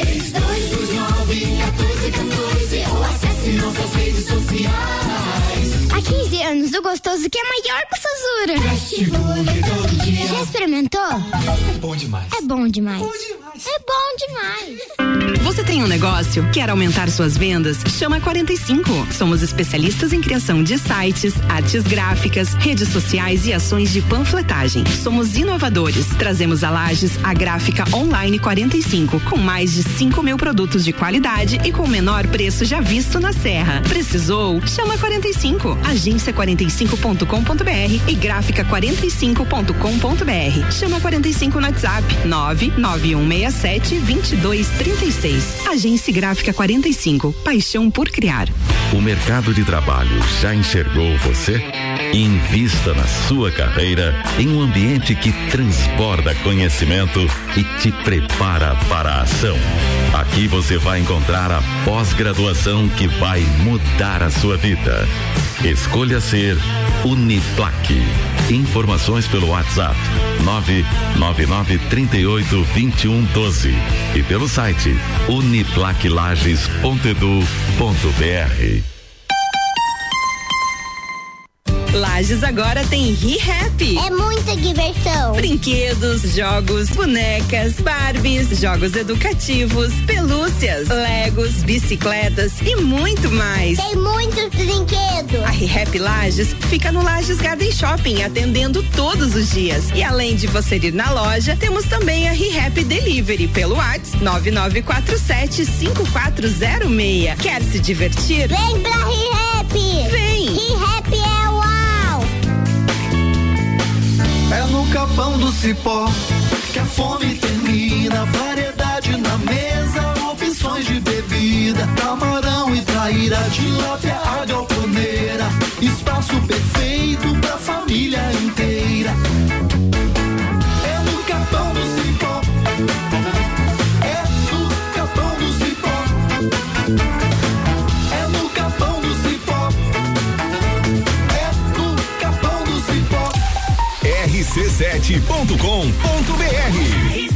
3229-1414 ou acesse nossas redes sociais. Há 15 anos o gostoso que é maior que o Sazura. Fast Burger todo dia. Já experimentou? É bom demais. É bom demais. É bom demais. Você tem um negócio? Quer aumentar suas vendas? Chama 45. Somos especialistas em criação de sites, artes gráficas, redes sociais e ações de panfletagem. Somos inovadores. Trazemos a Lages a gráfica online 45, com mais de 5.000 produtos de qualidade e com o menor preço já visto na Serra. Precisou? Chama 45. Agência45.com.br e gráfica45.com.br. Chama 45 no WhatsApp 99167-2236. Lages. Agência Gráfica 45. Paixão por criar. O mercado de trabalho já enxergou você? Invista na sua carreira em um ambiente que transborda conhecimento e te prepara para a ação. Aqui você vai encontrar a pós-graduação que vai mudar a sua vida. Escolha ser Uniplac. Informações pelo WhatsApp 999382112 e pelo site uniplaclages.edu.br. Lages agora tem ReHap. É muita diversão. Brinquedos, jogos, bonecas, Barbies, jogos educativos, pelúcias, Legos, bicicletas e muito mais. Tem muitos brinquedos. A ReHap Lages fica no Lages Garden Shopping, atendendo todos os dias. E além de você ir na loja, temos também a ReHap Delivery pelo WhatsApp 99475406. Quer se divertir? Vem pra ReHap. Vem. ReHap é uau. É no Capão do Cipó que a fome termina. Variedade na mesa, opções de bebida, camarão e traíra, tilápia, a galponeira. Espaço perfeito pra família inteira. É no Capão do Cipó. É no Capão do Cipó. É no Capão do Cipó. É no Capão do Cipó. rc7.com.br.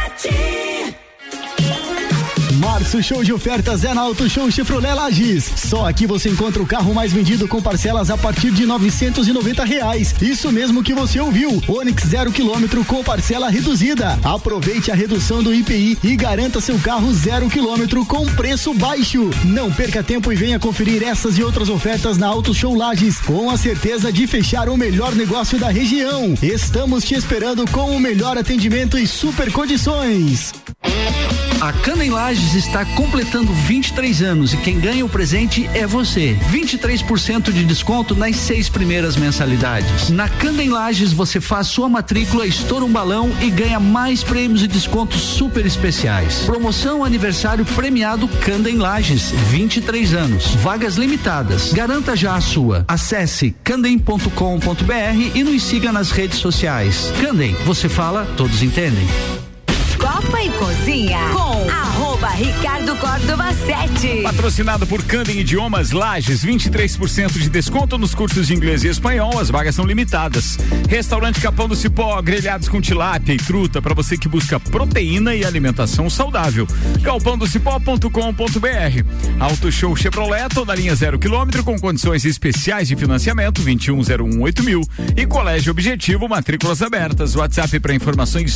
Março Show de Ofertas é na Auto Show Chevrolet Lages. Só aqui você encontra o carro mais vendido com parcelas a partir de R$990. Isso mesmo que você ouviu. Onix 0 km com parcela reduzida. Aproveite a redução do IPI e garanta seu carro 0 km com preço baixo. Não perca tempo e venha conferir essas e outras ofertas na Auto Show Lages, com a certeza de fechar o melhor negócio da região. Estamos te esperando com o melhor atendimento e super condições. A Canda em Lages está completando 23 anos e quem ganha o presente é você. 23% de desconto nas 6 primeiras mensalidades. Na Canda em Lages você faz sua matrícula, estoura um balão e ganha mais prêmios e descontos super especiais. Promoção aniversário premiado Canda em Lages, 23 anos. Vagas limitadas. Garanta já a sua. Acesse candem.com.br e nos siga nas redes sociais. Candem, você fala, todos entendem. Copa e Cozinha com @Ricardo Córdova 7. Patrocinado por Candem Idiomas Lages, 23% de desconto nos cursos de inglês e espanhol, as vagas são limitadas. Restaurante Capão do Cipó, grelhados com tilápia e truta para você que busca proteína e alimentação saudável. galpãodocipó.com.br. Auto Show Chevrolet, toda linha 0 km com condições especiais de financiamento 21018000 e Colégio Objetivo, matrículas abertas. WhatsApp para informações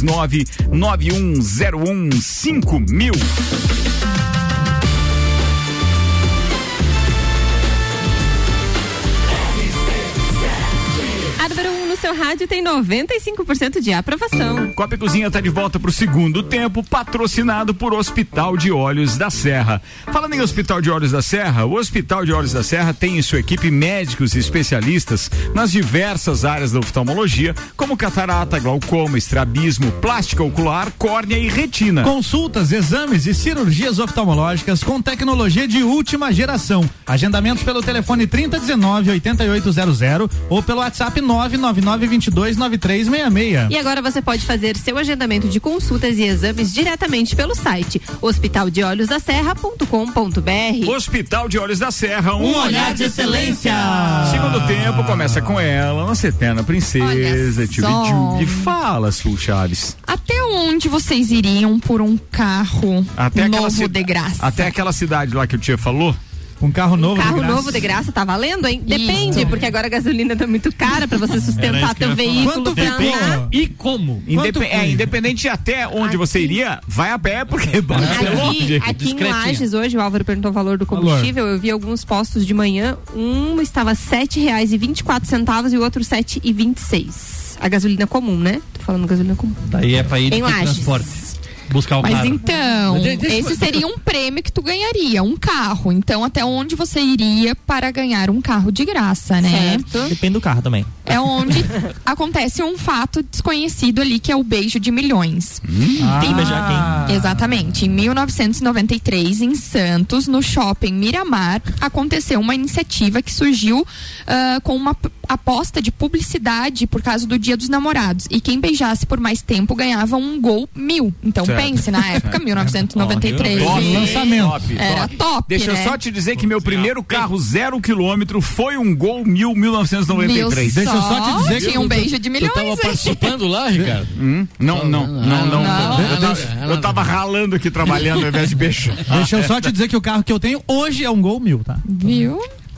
991015000. A número 1 no seu rádio tem 95% de aprovação. Copa e Cozinha está de volta para o segundo tempo, patrocinado por Hospital de Olhos da Serra. Falando em Hospital de Olhos da Serra, o Hospital de Olhos da Serra tem em sua equipe médicos e especialistas nas diversas áreas da oftalmologia, como catarata, glaucoma, estrabismo, plástica ocular, córnea e retina. Consultas, exames e cirurgias oftalmológicas com tecnologia de última geração. Agendamentos pelo telefone 3019-8800 ou pelo WhatsApp 999229366. E agora você pode fazer seu agendamento de consultas e exames diretamente pelo site hospitaldeolhosdaserra.com.br. Hospital de Olhos da Serra, um olhar de excelência. Segundo tempo começa com ela, nossa eterna princesa, Tchubitchubi. Fala, Sul Chaves. Até onde vocês iriam por um carro novo de graça? Até aquela cidade lá que o tia falou? Um carro novo de graça. Carro novo de graça tá valendo, hein? Depende, porque agora a gasolina tá muito cara pra você sustentar teu veículo. E como? Independente de até onde você iria, vai a pé, porque é longe. Aqui em Lages hoje, o Álvaro perguntou o valor do combustível, eu vi alguns postos de manhã, um estava R$7,24 e o outro R$7,26. A gasolina comum, né? Tô falando gasolina comum. Daí é pra ir de transporte. Buscar o Mas carro. então, esse seria um prêmio que tu ganharia, um carro. Então, até onde você iria para ganhar um carro de graça, né? Certo. Depende do carro também. É onde acontece um fato desconhecido ali, que é o beijo de milhões. Quem beijar quem? Exatamente. Em 1993, em Santos, no shopping Miramar, aconteceu uma iniciativa que surgiu com uma aposta de publicidade por causa do Dia dos Namorados. E quem beijasse por mais tempo ganhava um Gol 1000. Então pense, na época, 1993. Lançamento. Era top, Deixa eu só te dizer que meu primeiro carro 0 km foi um Gol 1000 1993. Deixa eu só te dizer que tinha um beijo de milhões. Tu tava participando lá, Ricardo? Não. Eu tava ralando aqui trabalhando ao invés de beijar. Deixa eu só te dizer que o carro que eu tenho hoje é um Gol 1000, tá? Viu?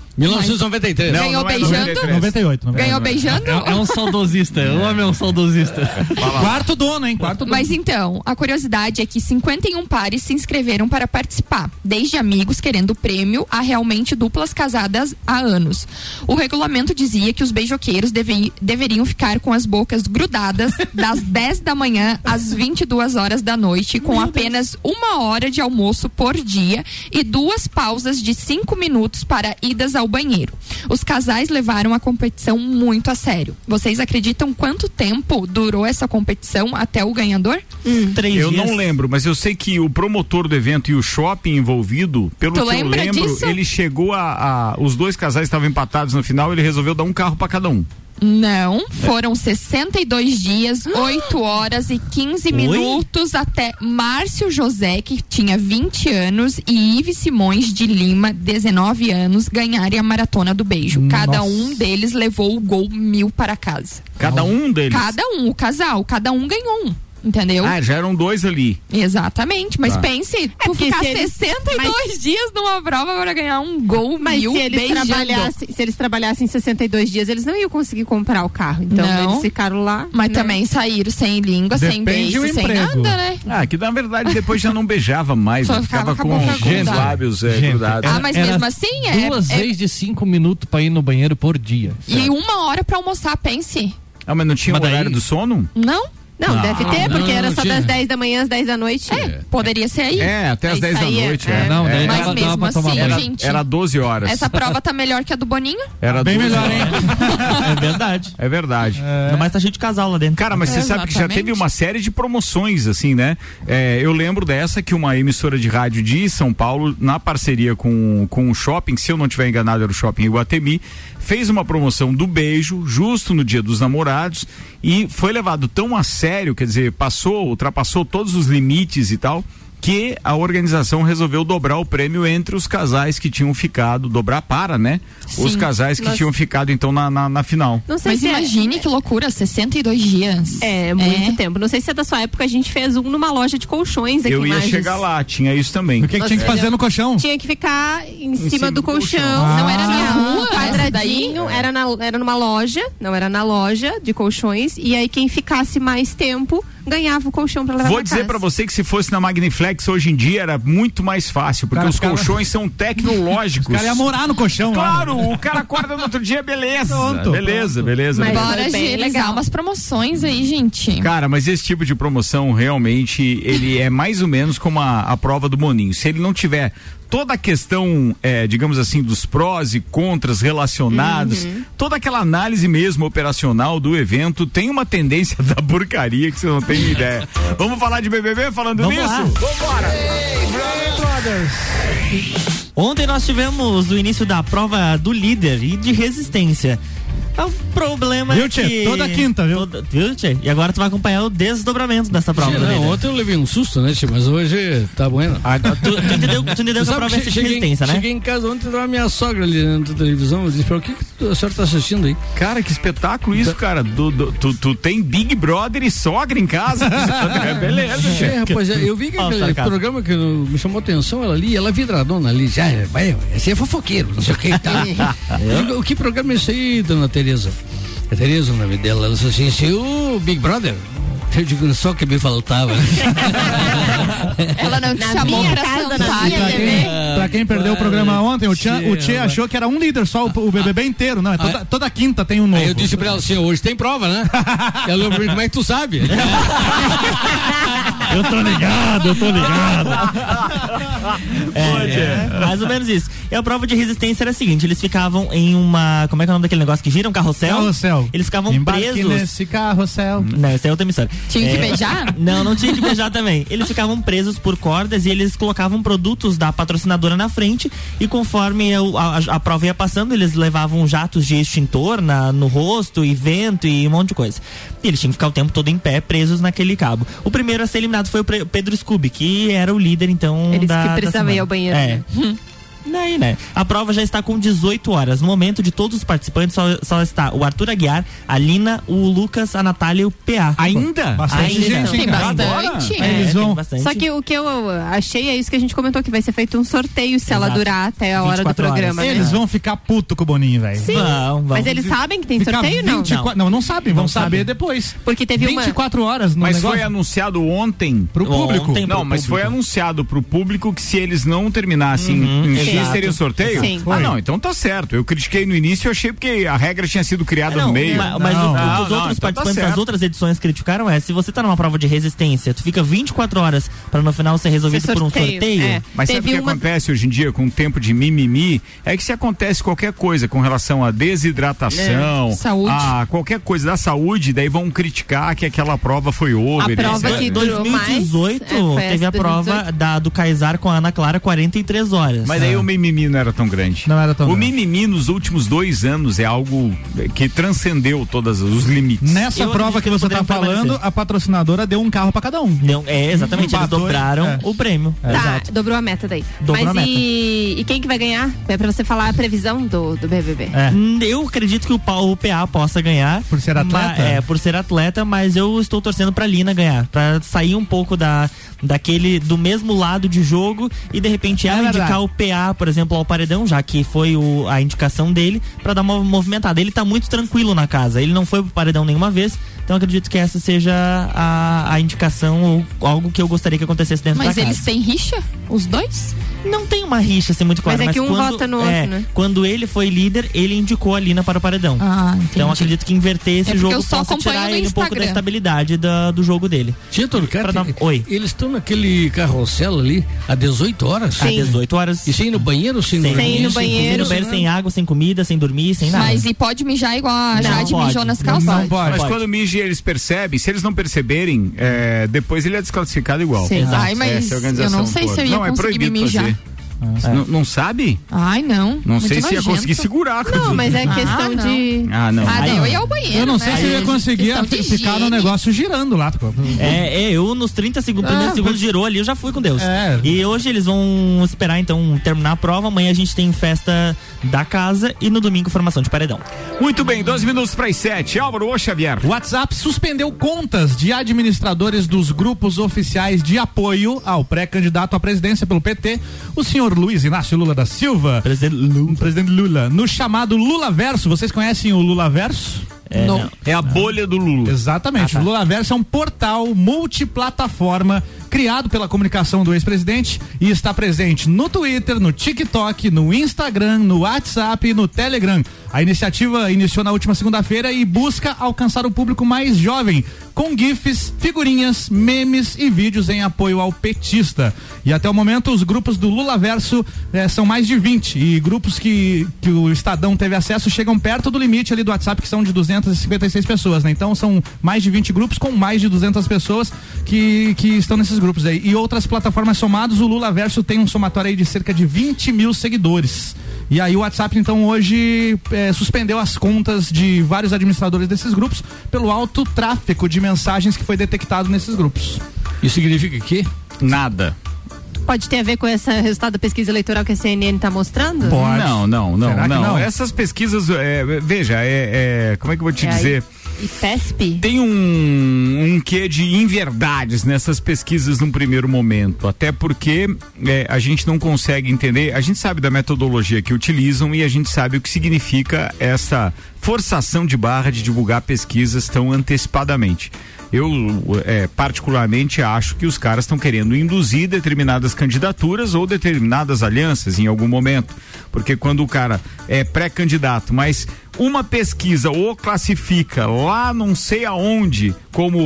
1993. Ganhou beijando? 98. Ganhou beijando? É um saudosista. O homem é um saudosista. Quarto dono, hein? Quarto dono. Mas então, a curiosidade é que 51 pares se inscreveram para participar, desde amigos querendo o prêmio a realmente duplas casadas há anos. O regulamento dizia que os beijoqueiros deveriam ficar com as bocas grudadas das 10 da manhã às 22 horas da noite, com apenas 1 hora de almoço por dia e 2 pausas de 5 minutos para idas ao banheiro. Os casais levaram a competição muito a sério. Vocês acreditam quanto tempo durou essa competição até o ganhador? 3 eu dias. não lembro, mas eu sei que o promotor do evento e o shopping envolvido, pelo que eu lembro, disso? ele chegou os dois casais estavam empatados no final, ele resolveu dar um carro para cada um. Não, foram 62 dias, 8 horas e 15 minutos até Márcio José, que tinha 20 anos, e Ives Simões de Lima, 19 anos, ganharem a maratona do beijo. Cada um deles levou o Gol 1000 para casa. Cada um deles? Cada um, o casal, cada um ganhou um. Entendeu? Já eram 2 ali. Exatamente, mas pense, tu ficar 62 dias numa prova para ganhar um Gol 1000 se eles trabalhassem 62 dias, eles não iam conseguir comprar o carro. Então eles ficaram lá. Mas também saíram sem língua, sem beijo, sem nada, né? Que na verdade depois já não beijava mais, só ficava com os lábios grudados. Mas mesmo assim 2 vezes de 5 minutos para ir no banheiro por dia. E 1 hora para almoçar, pense. Mas não tinha horário do sono? Não, deve ter, porque era só das 10 da manhã às 10 da noite. Poderia ser aí. Até às 10 da noite. Mas mesmo assim, gente. Era 12 horas. Essa prova tá melhor que a do Boninho? Era bem melhor, hein? É verdade. É verdade. Mas tá cheio de casal lá dentro. Cara, mas você sabe que já teve uma série de promoções, assim, né? Eu lembro dessa que uma emissora de rádio de São Paulo, na parceria com um shopping, se eu não estiver enganado, era o Shopping Iguatemi, fez uma promoção do beijo justo no Dia dos Namorados e foi levado tão a sério, quer dizer, ultrapassou todos os limites e tal, que a organização resolveu dobrar o prêmio entre os casais que tinham ficado, né? Sim, os casais que tinham ficado então na final. Mas imagine que loucura, 62 dias. É muito tempo. Não sei se é da sua época, a gente fez um numa loja de colchões aqui. Eu ia chegar lá, tinha isso também. O que tinha que fazer no colchão? Tinha que ficar em cima do colchão. Não era na rua, quadradinho, era numa loja, não era na loja de colchões, e aí quem ficasse mais tempo ganhava o colchão pra levar Vou dizer pra você que se fosse na Magniflex hoje em dia era muito mais fácil, porque os colchões são tecnológicos. Os caras iam morar no colchão. Claro, o cara acorda no outro dia, beleza. Pronto. Beleza. Mas bora agilizar umas promoções aí, gente. Cara, mas esse tipo de promoção realmente, ele é mais ou menos como a prova do Boninho. Se ele não tiver toda a questão, digamos assim, dos prós e contras relacionados, toda aquela análise mesmo operacional do evento, tem uma tendência da porcaria que você não tem ideia. Vamos falar de BBB falando nisso? Vambora! Ontem nós tivemos o início da prova do líder e de resistência. O problema é que... Toda quinta, viu? Viu, tchê? E agora tu vai acompanhar o desdobramento dessa prova. Ontem eu levei um susto, né, tchê? Mas hoje tá bueno. Tu entendeu que a prova é de resistência, né? Cheguei em casa ontem, tava minha sogra ali na televisão, eu disse, o que a senhora tá assistindo aí? Cara, que espetáculo isso, cara. Tu tem Big Brother e sogra em casa? Beleza, tchê. Rapaz, eu vi que aquele programa que me chamou atenção, ela vidradona ali, esse é fofoqueiro, não sei o que e tal. O que programa é esse aí, dona Tereza? É Tereza o nome dela. Ela assistiu o Big Brother. Eu digo, só que me faltava. Ela não te chamou pra sentar. Pra quem perdeu o programa ontem, o Tchê achou que era um líder só, o BBB inteiro. Não, é toda quinta tem um novo. Aí eu disse pra ela assim, hoje tem prova, né? Ela falou, como é que tu sabe? Eu tô ligado. Mais ou menos isso. E a prova de resistência era a seguinte, eles ficavam em uma, como é que é o nome daquele negócio que gira? Um carrossel? Carrossel. Eles ficavam presos. Nesse carrossel. Não, essa é outra emissora. Tinha que beijar? Não tinha que beijar também. Eles ficavam presos por cordas e eles colocavam produtos da patrocinadora na frente e conforme a prova ia passando, eles levavam jatos de extintor no rosto e vento e um monte de coisa. E eles tinham que ficar o tempo todo em pé, presos naquele cabo. O primeiro a ser eliminado foi o Pedro Scooby, que era o líder, então, eles que precisavam ir ao banheiro. Daí, né? A prova já está com 18 horas. No momento de todos os participantes, só está o Arthur Aguiar, a Lina, o Lucas, a Natália e o PA. Ainda? Bastante gente. Tem bastante. Eles vão... Só que o que eu achei é isso que a gente comentou, que vai ser feito um sorteio se ela durar até a hora do programa. Né? Eles vão ficar puto com o Boninho, velho. Sim, mas eles sabem que tem sorteio, não? Não sabem, vão saber depois. Porque teve 24 horas no Mas negócio. foi anunciado ontem pro público. Mas foi anunciado pro público que se eles não terminassem em X, seria sorteio? Sim. Não, então tá certo. Eu critiquei no início, eu achei porque a regra tinha sido criada no meio. Mas o que os outros participantes das outras edições criticaram se você tá numa prova de resistência, tu fica 24 horas pra no final ser resolvido por um sorteio. Mas sabe o que acontece hoje em dia com o tempo de mimimi? É que se acontece qualquer coisa com relação à desidratação, a qualquer coisa da saúde, daí vão criticar que aquela prova foi over. A prova que em 2018 teve a prova do Kaysar com a Ana Clara 43 horas. Mas daí o mimimi não era tão grande. Não era tão grande. O mimimi nos últimos 2 anos é algo que transcendeu todos os limites. Nessa prova que você tá falando, a patrocinadora deu um carro pra cada um. Exatamente, eles dobraram o prêmio. Exato. Dobrou a meta daí. E quem que vai ganhar? É pra você falar a previsão do BBB. Eu acredito que o PA possa ganhar. Por ser atleta? Por ser atleta, mas eu estou torcendo pra Lina ganhar. Pra sair um pouco do mesmo lado de jogo e de repente ela indicar o PA, por exemplo, ao paredão, já que foi a indicação dele, pra dar uma movimentada. Ele tá muito tranquilo na casa, ele não foi pro paredão nenhuma vez, então acredito que essa seja a indicação ou algo que eu gostaria que acontecesse dentro da casa. Mas eles têm rixa? Os dois? Não tem uma rixa assim muito clara. Mas é que um vota no outro, né? Quando ele foi líder, ele indicou a Lina para o paredão. Então acredito que inverter esse jogo possa tirar ele um pouco da estabilidade do jogo dele. Título, cara, eles estão naquele carrossel ali há 18 horas? Há 18 horas. E sem ir no banheiro? Sem ir no banheiro, sem água, sem comida, sem dormir, sem nada. Mas e pode mijar igual a Jade mijou nas calças? Não pode. Mas quando mija eles percebem, se eles não perceberem, depois ele é desclassificado igual. Sim. Ai, mas eu não sei se eu ia conseguir me mijar. Não sabe? Ai, não. Não sei se ia conseguir segurar. Não, mas é questão de... não. Eu ia ao banheiro. Eu não sei se eu ia conseguir ficar no negócio girando lá. Eu nos 30 primeiros segundos girou ali, eu já fui com Deus. E hoje eles vão esperar então terminar a prova. Amanhã a gente tem festa da casa e no domingo formação de paredão. Muito bem, 12 minutos para as 7. Álvaro Xavier. O WhatsApp suspendeu contas de administradores dos grupos oficiais de apoio ao pré-candidato à presidência pelo PT, o senhor Luiz Inácio Lula da Silva, presidente Lula, no chamado Lulaverso. Vocês conhecem o Lulaverso? Não. É a bolha do Lula. Exatamente. O Lulaverso é um portal multiplataforma criado pela comunicação do ex-presidente e está presente no Twitter, no TikTok, no Instagram, no WhatsApp e no Telegram. A iniciativa iniciou na última segunda-feira e busca alcançar o público mais jovem, com gifs, figurinhas, memes e vídeos em apoio ao petista. E até o momento os grupos do Lulaverso são mais de 20 e grupos que o Estadão teve acesso chegam perto do limite ali do WhatsApp, que são de 256 pessoas, né? Então são mais de 20 grupos com mais de 200 pessoas que estão nesses grupos aí. E outras plataformas somadas, o Lulaverso tem um somatório aí de cerca de 20 mil seguidores. E aí o WhatsApp então hoje suspendeu as contas de vários administradores desses grupos pelo alto tráfego de mensagens que foi detectado nesses grupos. Isso significa que? Nada. Pode ter a ver com esse resultado da pesquisa eleitoral que a CNN está mostrando? Pode. Não. Essas pesquisas, veja, como é que eu vou te dizer? IPESP? Tem um quê de inverdades nessas pesquisas num primeiro momento, até porque a gente não consegue entender, a gente sabe da metodologia que utilizam e a gente sabe o que significa essa forçação de barra de divulgar pesquisas tão antecipadamente. Eu particularmente acho que os caras estão querendo induzir determinadas candidaturas ou determinadas alianças em algum momento, porque quando o cara é pré-candidato, mas uma pesquisa o classifica lá não sei aonde como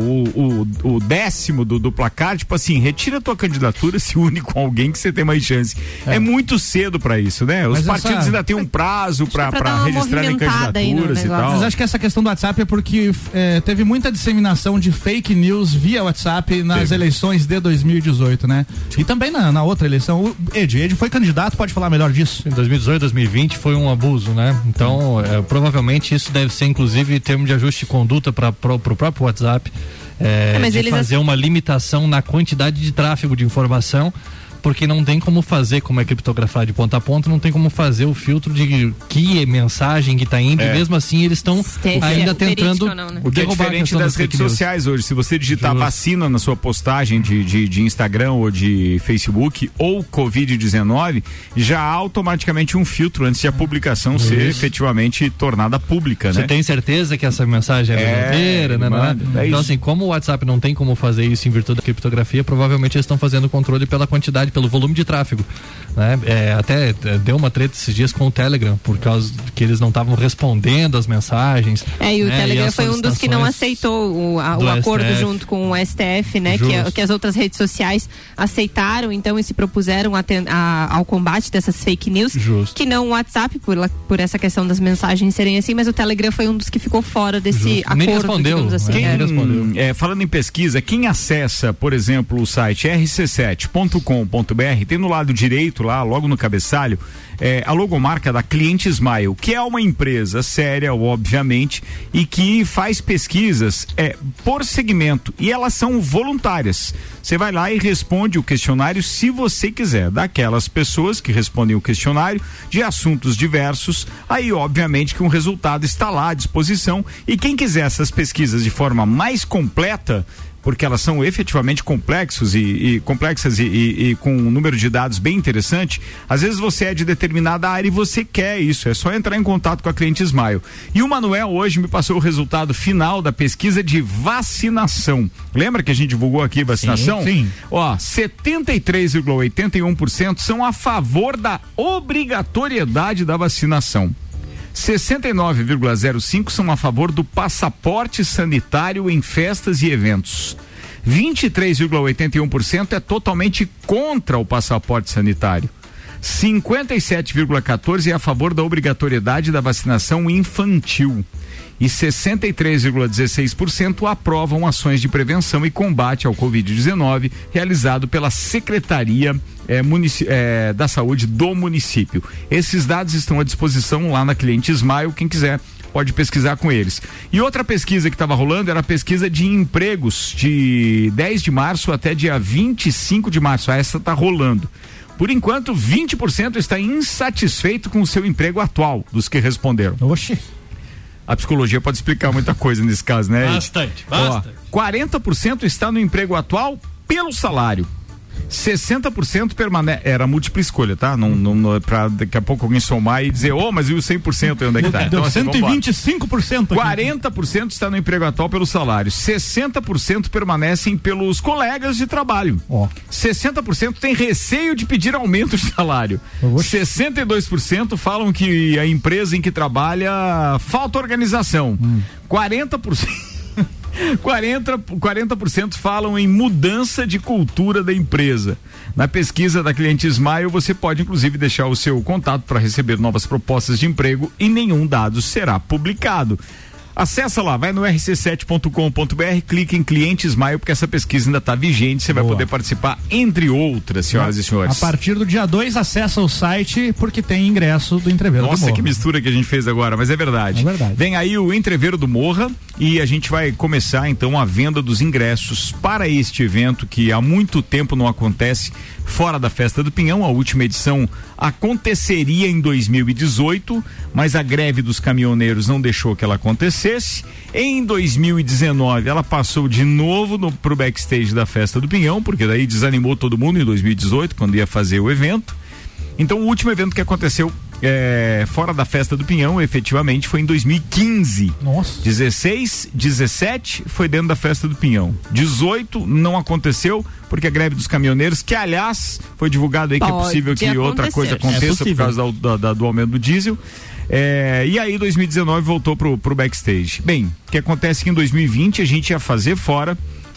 o décimo do placar, tipo assim, retira a tua candidatura, se une com alguém que você tem mais chance. É muito cedo pra isso, né? Os partidos ainda têm um prazo pra registrarem candidaturas e tal. Mas acho que essa questão do WhatsApp é porque teve muita disseminação de fake news via WhatsApp nas eleições de 2018, né? E também na outra eleição. O Ed foi candidato, pode falar melhor disso? Em 2018, 2020 foi um abuso, né? Então, provavelmente isso deve ser inclusive termo de ajuste de conduta para pro próprio WhatsApp, de fazer uma limitação na quantidade de tráfego de informação, porque não tem como fazer, como é criptografar de ponta a ponta, não tem como fazer o filtro de que mensagem que está indo, e mesmo assim eles estão ainda tentando o que é diferente das redes sociais hoje. Se você digitar vacina na sua postagem de Instagram ou de Facebook ou Covid-19, já há automaticamente um filtro antes de a publicação ser efetivamente tornada pública, Você né? tem certeza que essa mensagem é verdadeira, né? Então assim, como o WhatsApp não tem como fazer isso em virtude da criptografia, provavelmente eles estão fazendo controle pela quantidade, pelo volume de tráfego, né? Até deu uma treta esses dias com o Telegram, por causa que eles não estavam respondendo as mensagens. E o Telegram foi um dos que não aceitou o acordo STF. Junto com o STF, né? Que as outras redes sociais aceitaram, então, e se propuseram ao combate dessas fake news. Justo. Que não o WhatsApp, por essa questão das mensagens serem assim, mas o Telegram foi um dos que ficou fora desse acordo. Nem respondeu. Assim. Falando em pesquisa, quem acessa, por exemplo, o site rc7.com.br, tem no lado direito lá, logo no cabeçalho, a logomarca da Cliente Smile, que é uma empresa séria, obviamente, e que faz pesquisas por segmento, e elas são voluntárias. Você vai lá e responde o questionário se você quiser, daquelas pessoas que respondem o questionário de assuntos diversos, aí obviamente que um resultado está lá à disposição, e quem quiser essas pesquisas de forma mais completa, porque elas são efetivamente complexas e com um número de dados bem interessante. Às vezes você é de determinada área e você quer isso, é só entrar em contato com a Cliente Smile. E o Manuel hoje me passou o resultado final da pesquisa de vacinação. Lembra que a gente divulgou aqui vacinação? Sim. 73,81% são a favor da obrigatoriedade da vacinação. 69,05% são a favor do passaporte sanitário em festas e eventos. 23,81% é totalmente contra o passaporte sanitário. 57,14% é a favor da obrigatoriedade da vacinação infantil. E 63,16% aprovam ações de prevenção e combate ao Covid-19 realizado pela Secretaria da Saúde do município. Esses dados estão à disposição lá na Cliente Smile, quem quiser pode pesquisar com eles. E outra pesquisa que estava rolando era a pesquisa de empregos de 10 de março até dia 25 de março. Essa está rolando. Por enquanto, 20% está insatisfeito com o seu emprego atual, dos que responderam. Oxi. A psicologia pode explicar muita coisa nesse caso, né? Bastante. 40% está no emprego atual pelo salário. 60% permanece. Era múltipla escolha, tá? Não pra daqui a pouco alguém somar e dizer, mas e o 100% onde é que tá? Deu Então, 125%. 40% está no emprego atual pelo salário. 60% permanecem pelos colegas de trabalho. 60% tem receio de pedir aumento de salário. 62% falam que a empresa em que trabalha falta organização. 40% falam em mudança de cultura da empresa. Na pesquisa da Cliente Smile, você pode inclusive deixar o seu contato para receber novas propostas de emprego e nenhum dado será publicado. Acessa lá, vai no rc7.com.br, clique em Cliente Smile, porque essa pesquisa ainda está vigente, você vai poder participar, entre outras, senhoras e senhores. A partir do dia 2, acessa o site, porque tem ingresso do Entreveiro do Morra. Nossa, que mistura que a gente fez agora, mas é verdade. Vem aí o Entreveiro do Morra e a gente vai começar então a venda dos ingressos para este evento que há muito tempo não acontece fora da Festa do Pinhão. A última edição aconteceria em 2018, mas a greve dos caminhoneiros não deixou que ela acontecesse. Em 2019 ela passou de novo pro backstage da Festa do Pinhão, porque daí desanimou todo mundo em 2018, quando ia fazer o evento. Então o último evento que aconteceu fora da festa do Pinhão, efetivamente, foi em 2015. Nossa. 16, 17 foi dentro da festa do Pinhão. 18 não aconteceu, porque a greve dos caminhoneiros, que aliás foi divulgado aí que é possível que outra coisa aconteça por causa do aumento do diesel. E aí 2019 voltou pro backstage. Bem, o que acontece é que em 2020 a gente ia fazer fora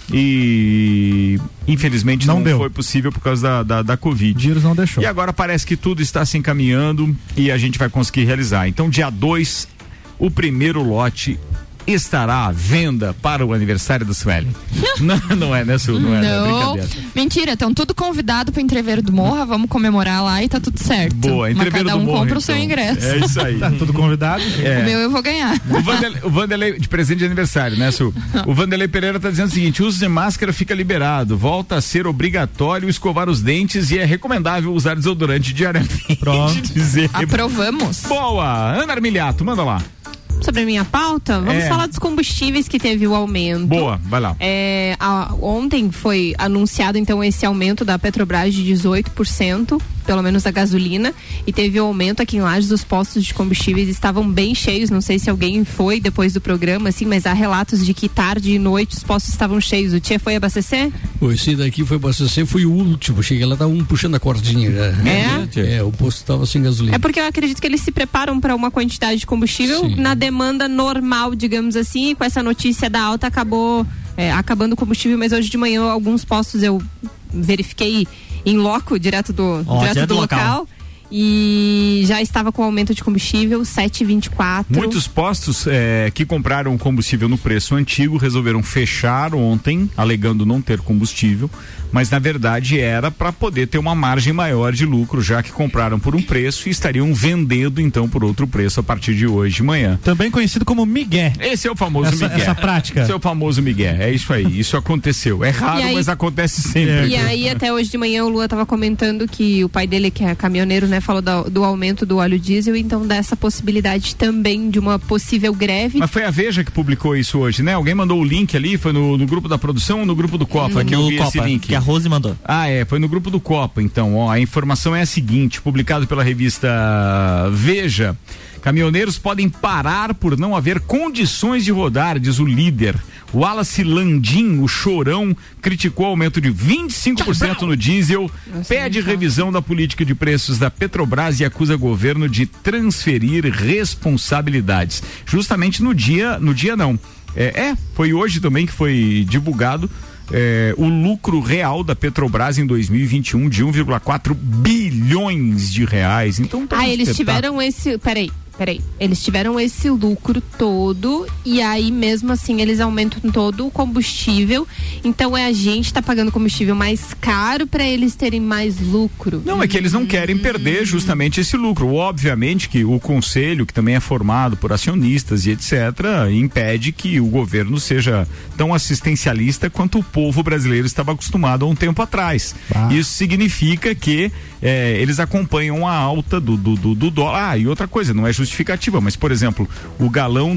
e infelizmente não foi possível por causa da Covid. O vírus não deixou. E agora parece que tudo está se encaminhando e a gente vai conseguir realizar. Então dia 2, o primeiro lote estará à venda para o aniversário do Sueli. Não é, né, Su? Não é, não. Mentira, estão tudo convidado para o Entreveiro do Morra, vamos comemorar lá e tá tudo certo. Boa, Entreveiro do Morra. Cada um compra o seu ingresso. É isso aí. Tá tudo convidado? O meu eu vou ganhar. O Vanderlei, de presente de aniversário, né, Su? O Vanderlei Pereira tá dizendo o seguinte: uso de máscara fica liberado, volta a ser obrigatório escovar os dentes e é recomendável usar desodorante diariamente. Pronto. Aprovamos. Boa, Ana Armiliato, manda lá. Sobre a minha pauta, vamos falar dos combustíveis que teve o aumento. Boa, vai lá. Ontem foi anunciado então esse aumento da Petrobras de 18%, pelo menos da gasolina, e teve o aumento aqui em Lages, os postos de combustíveis estavam bem cheios, não sei se alguém foi depois do programa, assim, mas há relatos de que tarde e noite os postos estavam cheios. O Tia foi abastecer? Esse daqui foi abastecer, foi o último, cheguei lá, tava puxando a cordinha já. O posto estava sem gasolina. É porque eu acredito que eles se preparam para uma quantidade de combustível na demanda normal, digamos assim, e com essa notícia da alta acabou acabando o combustível, mas hoje de manhã alguns postos eu verifiquei em loco, direto do local. E já estava com aumento de combustível, 7,24. Muitos postos que compraram combustível no preço antigo resolveram fechar ontem, alegando não ter combustível, mas na verdade era para poder ter uma margem maior de lucro, já que compraram por um preço e estariam vendendo então por outro preço a partir de hoje de manhã. Também conhecido como migué. Esse é o famoso migué. Essa prática. Esse é o famoso migué, é isso aí, isso aconteceu. É raro, mas acontece sempre. E aí até hoje de manhã o Lua estava comentando que o pai dele, que é caminhoneiro, né, falou do aumento do óleo diesel, então dessa possibilidade também de uma possível greve. Mas foi a Veja que publicou isso hoje, né? Alguém mandou o link ali, foi no grupo da produção ou no grupo do Copa? Que eu vi esse link. Que a Rose mandou. Foi no grupo do Copa, então, a informação é a seguinte, publicado pela revista Veja: caminhoneiros podem parar por não haver condições de rodar, diz o líder. O Wallace Landim, o chorão, criticou o aumento de 25% no diesel, pede revisão da política de preços da Petrobras e acusa o governo de transferir responsabilidades. Justamente no dia não. Foi hoje também que foi divulgado o lucro real da Petrobras em 2021 de 1,4 bilhões de reais. Então, eles tiveram esse... Peraí. Eles tiveram esse lucro todo e aí mesmo assim eles aumentam todo o combustível, então a gente tá pagando combustível mais caro para eles terem mais lucro. Não, é que eles não querem perder justamente esse lucro. Obviamente que o conselho, que também é formado por acionistas e etc, impede que o governo seja tão assistencialista quanto o povo brasileiro estava acostumado há um tempo atrás. Isso significa que eles acompanham a alta do dólar. E outra coisa, não é justificativa, mas por exemplo, o galão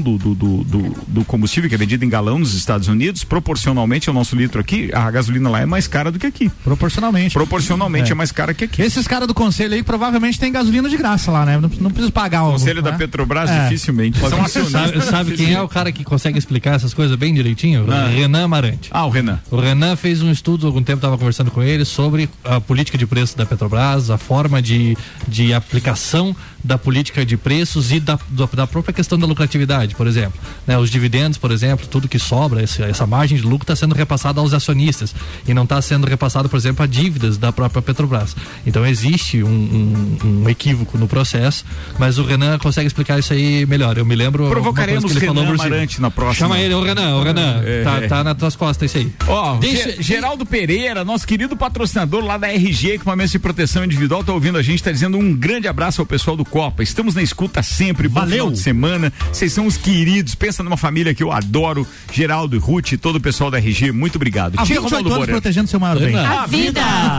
do combustível, que é vendido em galão nos Estados Unidos, proporcionalmente ao nosso litro aqui, a gasolina lá é mais cara do que aqui. Proporcionalmente é mais cara que aqui. Esses caras do conselho aí provavelmente tem gasolina de graça lá, né? Não precisa pagar o conselho da Petrobras, dificilmente. São acionistas. Sabe quem é o cara que consegue explicar essas coisas bem direitinho? Renan Amarante. O Renan. O Renan fez um estudo, há algum tempo estava conversando com ele sobre a política de preço da Petrobras, a forma de aplicação da política de preços e da própria questão da lucratividade, por exemplo, né? Os dividendos, por exemplo, tudo que sobra, essa margem de lucro está sendo repassada aos acionistas e não está sendo repassado, por exemplo, a dívidas da própria Petrobras. Então existe um equívoco no processo, mas o Renan consegue explicar isso aí melhor. Eu me lembro. Provocaremos o Renan Amarante na próxima. Chama ele, o Renan. Tá nas tuas costas isso aí. Geraldo Pereira, nosso querido patrocinador lá da RG Equipamentos de Proteção Individual, tá ouvindo a gente, tá dizendo um grande abraço ao pessoal do Copa. Estamos na escuta sempre. Bom final de semana. Vocês são os queridos. Pensa numa família que eu adoro. Geraldo e Ruth e todo o pessoal da RG. Muito obrigado. Há 28 anos protegendo seu maior bem. A vida!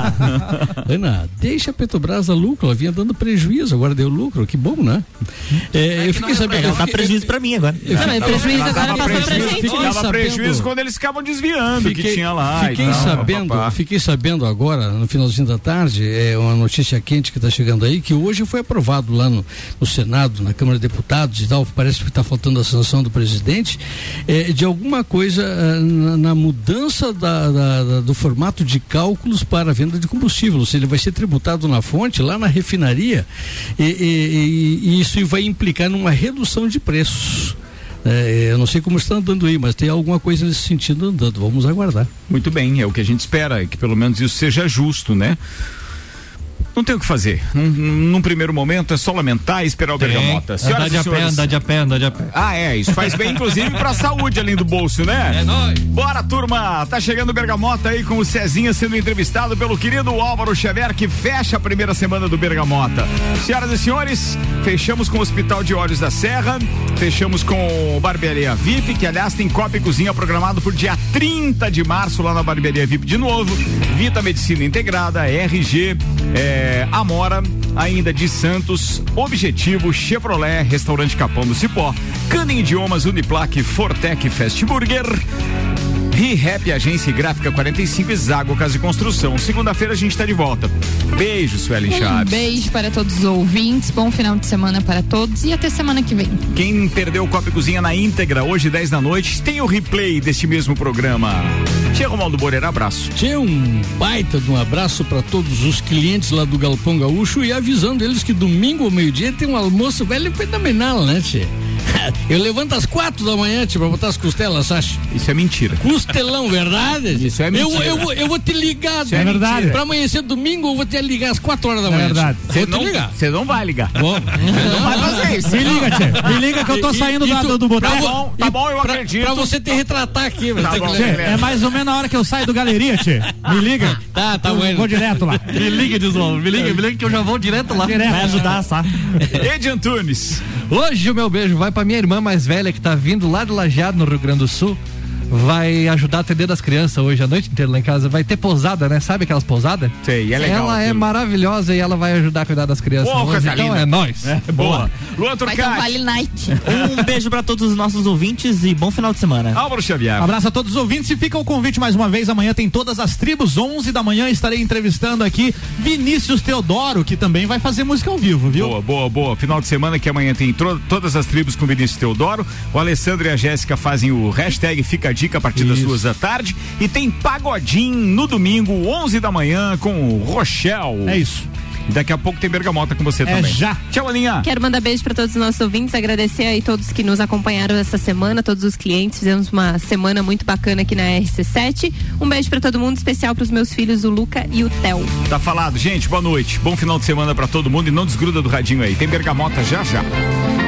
Ana, deixa a Petrobras a lucro. Ela vinha dando prejuízo, agora deu lucro. Que bom, né? Eu fiquei sabendo. Dá prejuízo pra mim agora. Prejuízo agora passou pra gente. Dava prejuízo quando eles ficavam desviando que tinha lá. Fiquei sabendo agora, no finalzinho da tarde, uma notícia quente que está chegando aí, que hoje foi aprovado lá no Senado, na Câmara de Deputados e tal, parece que está faltando a sanção do presidente, de alguma coisa na mudança do formato de cálculos para a venda de combustível, ou seja, ele vai ser tributado na fonte, lá na refinaria, e isso vai implicar numa redução de preços. Eu não sei como está andando aí, mas tem alguma coisa nesse sentido andando, vamos aguardar. Muito bem, é o que a gente espera, que pelo menos isso seja justo, né? Não tem o que fazer. Num primeiro momento é só lamentar e esperar o Bergamota. Andar de a pé. Ah, isso faz bem, inclusive, pra saúde, além do bolso, né? É nóis. Bora, turma. Tá chegando o Bergamota aí com o Cezinha sendo entrevistado pelo querido Álvaro Xavier, que fecha a primeira semana do Bergamota. Senhoras e senhores, fechamos com o Hospital de Olhos da Serra, fechamos com o Barbearia VIP, que aliás tem Copa e Cozinha programado por dia 30 de março lá na Barbearia VIP de novo. Vita Medicina Integrada, RG, Amora, ainda de Santos, Objetivo, Chevrolet, Restaurante Capão do Cipó, Canem Idiomas, Uniplaque, Fortec, Fast Burger, ReHap, Agência Gráfica 45 e Zago Casa e Construção. Segunda-feira a gente tá de volta. Beijo, Suelen Chaves. Beijo para todos os ouvintes, bom final de semana para todos e até semana que vem. Quem perdeu o Copa e Cozinha na íntegra, hoje 10 da noite, tem o replay deste mesmo programa. Tia Romualdo Boreira, abraço. Tinha um baita de um abraço para todos os clientes lá do Galpão Gaúcho e avisando eles que domingo ao meio-dia tem um almoço velho fenomenal, né, tia? Eu levanto às 4 da manhã, tia, pra botar as costelas, Sacha. Isso é mentira. Costelão, verdade? Isso é mentira. Eu vou te ligar. Isso é verdade. Pra amanhecer domingo, eu vou te ligar às 4 horas da manhã. É verdade. Você não vai ligar. Bom. Você não vai fazer isso. Me liga, tia. Me liga que eu tô saindo do boteco. Tá bom, eu acredito. Pra você te retratar aqui. Tá bom, é mais ou menos a hora que eu saio do galeria, tia. Me liga. Tá bom. Vou direto lá. Me liga, Desolvo. Me liga que eu já vou direto lá. Vai ajudar, sabe? Edi Antunes. Hoje o meu beijo vai pra minha irmã mais velha que tá vindo lá do Lajeado, no Rio Grande do Sul. Vai ajudar a atender das crianças hoje a noite inteira lá em casa. Vai ter pousada, né? Sabe aquelas pousadas? Sei, é legal. Ela é maravilhosa e ela vai ajudar a cuidar das crianças. Então é nóis. Boa. Luan Vai ter um Vale Night. Um beijo pra todos os nossos ouvintes e bom final de semana. Álvaro Xavier. Abraço a todos os ouvintes e fica o convite mais uma vez. Amanhã tem todas as tribos, 11 da manhã estarei entrevistando aqui Vinícius Teodoro, que também vai fazer música ao vivo, viu? Boa. Final de semana que amanhã tem todas as tribos com Vinícius Teodoro. O Alessandro e a Jéssica fazem o hashtag Fica a Dica a partir das 2 da tarde. E tem Pagodinho no domingo, 11 da manhã, com o Rochelle. É isso. Daqui a pouco tem Bergamota com você também. Já. Tchau, Aninha. Quero mandar beijo para todos os nossos ouvintes, agradecer aí todos que nos acompanharam essa semana, todos os clientes. Fizemos uma semana muito bacana aqui na RC7. Um beijo para todo mundo, especial para os meus filhos, o Luca e o Theo. Tá falado, gente. Boa noite. Bom final de semana para todo mundo e não desgruda do radinho aí. Tem Bergamota já.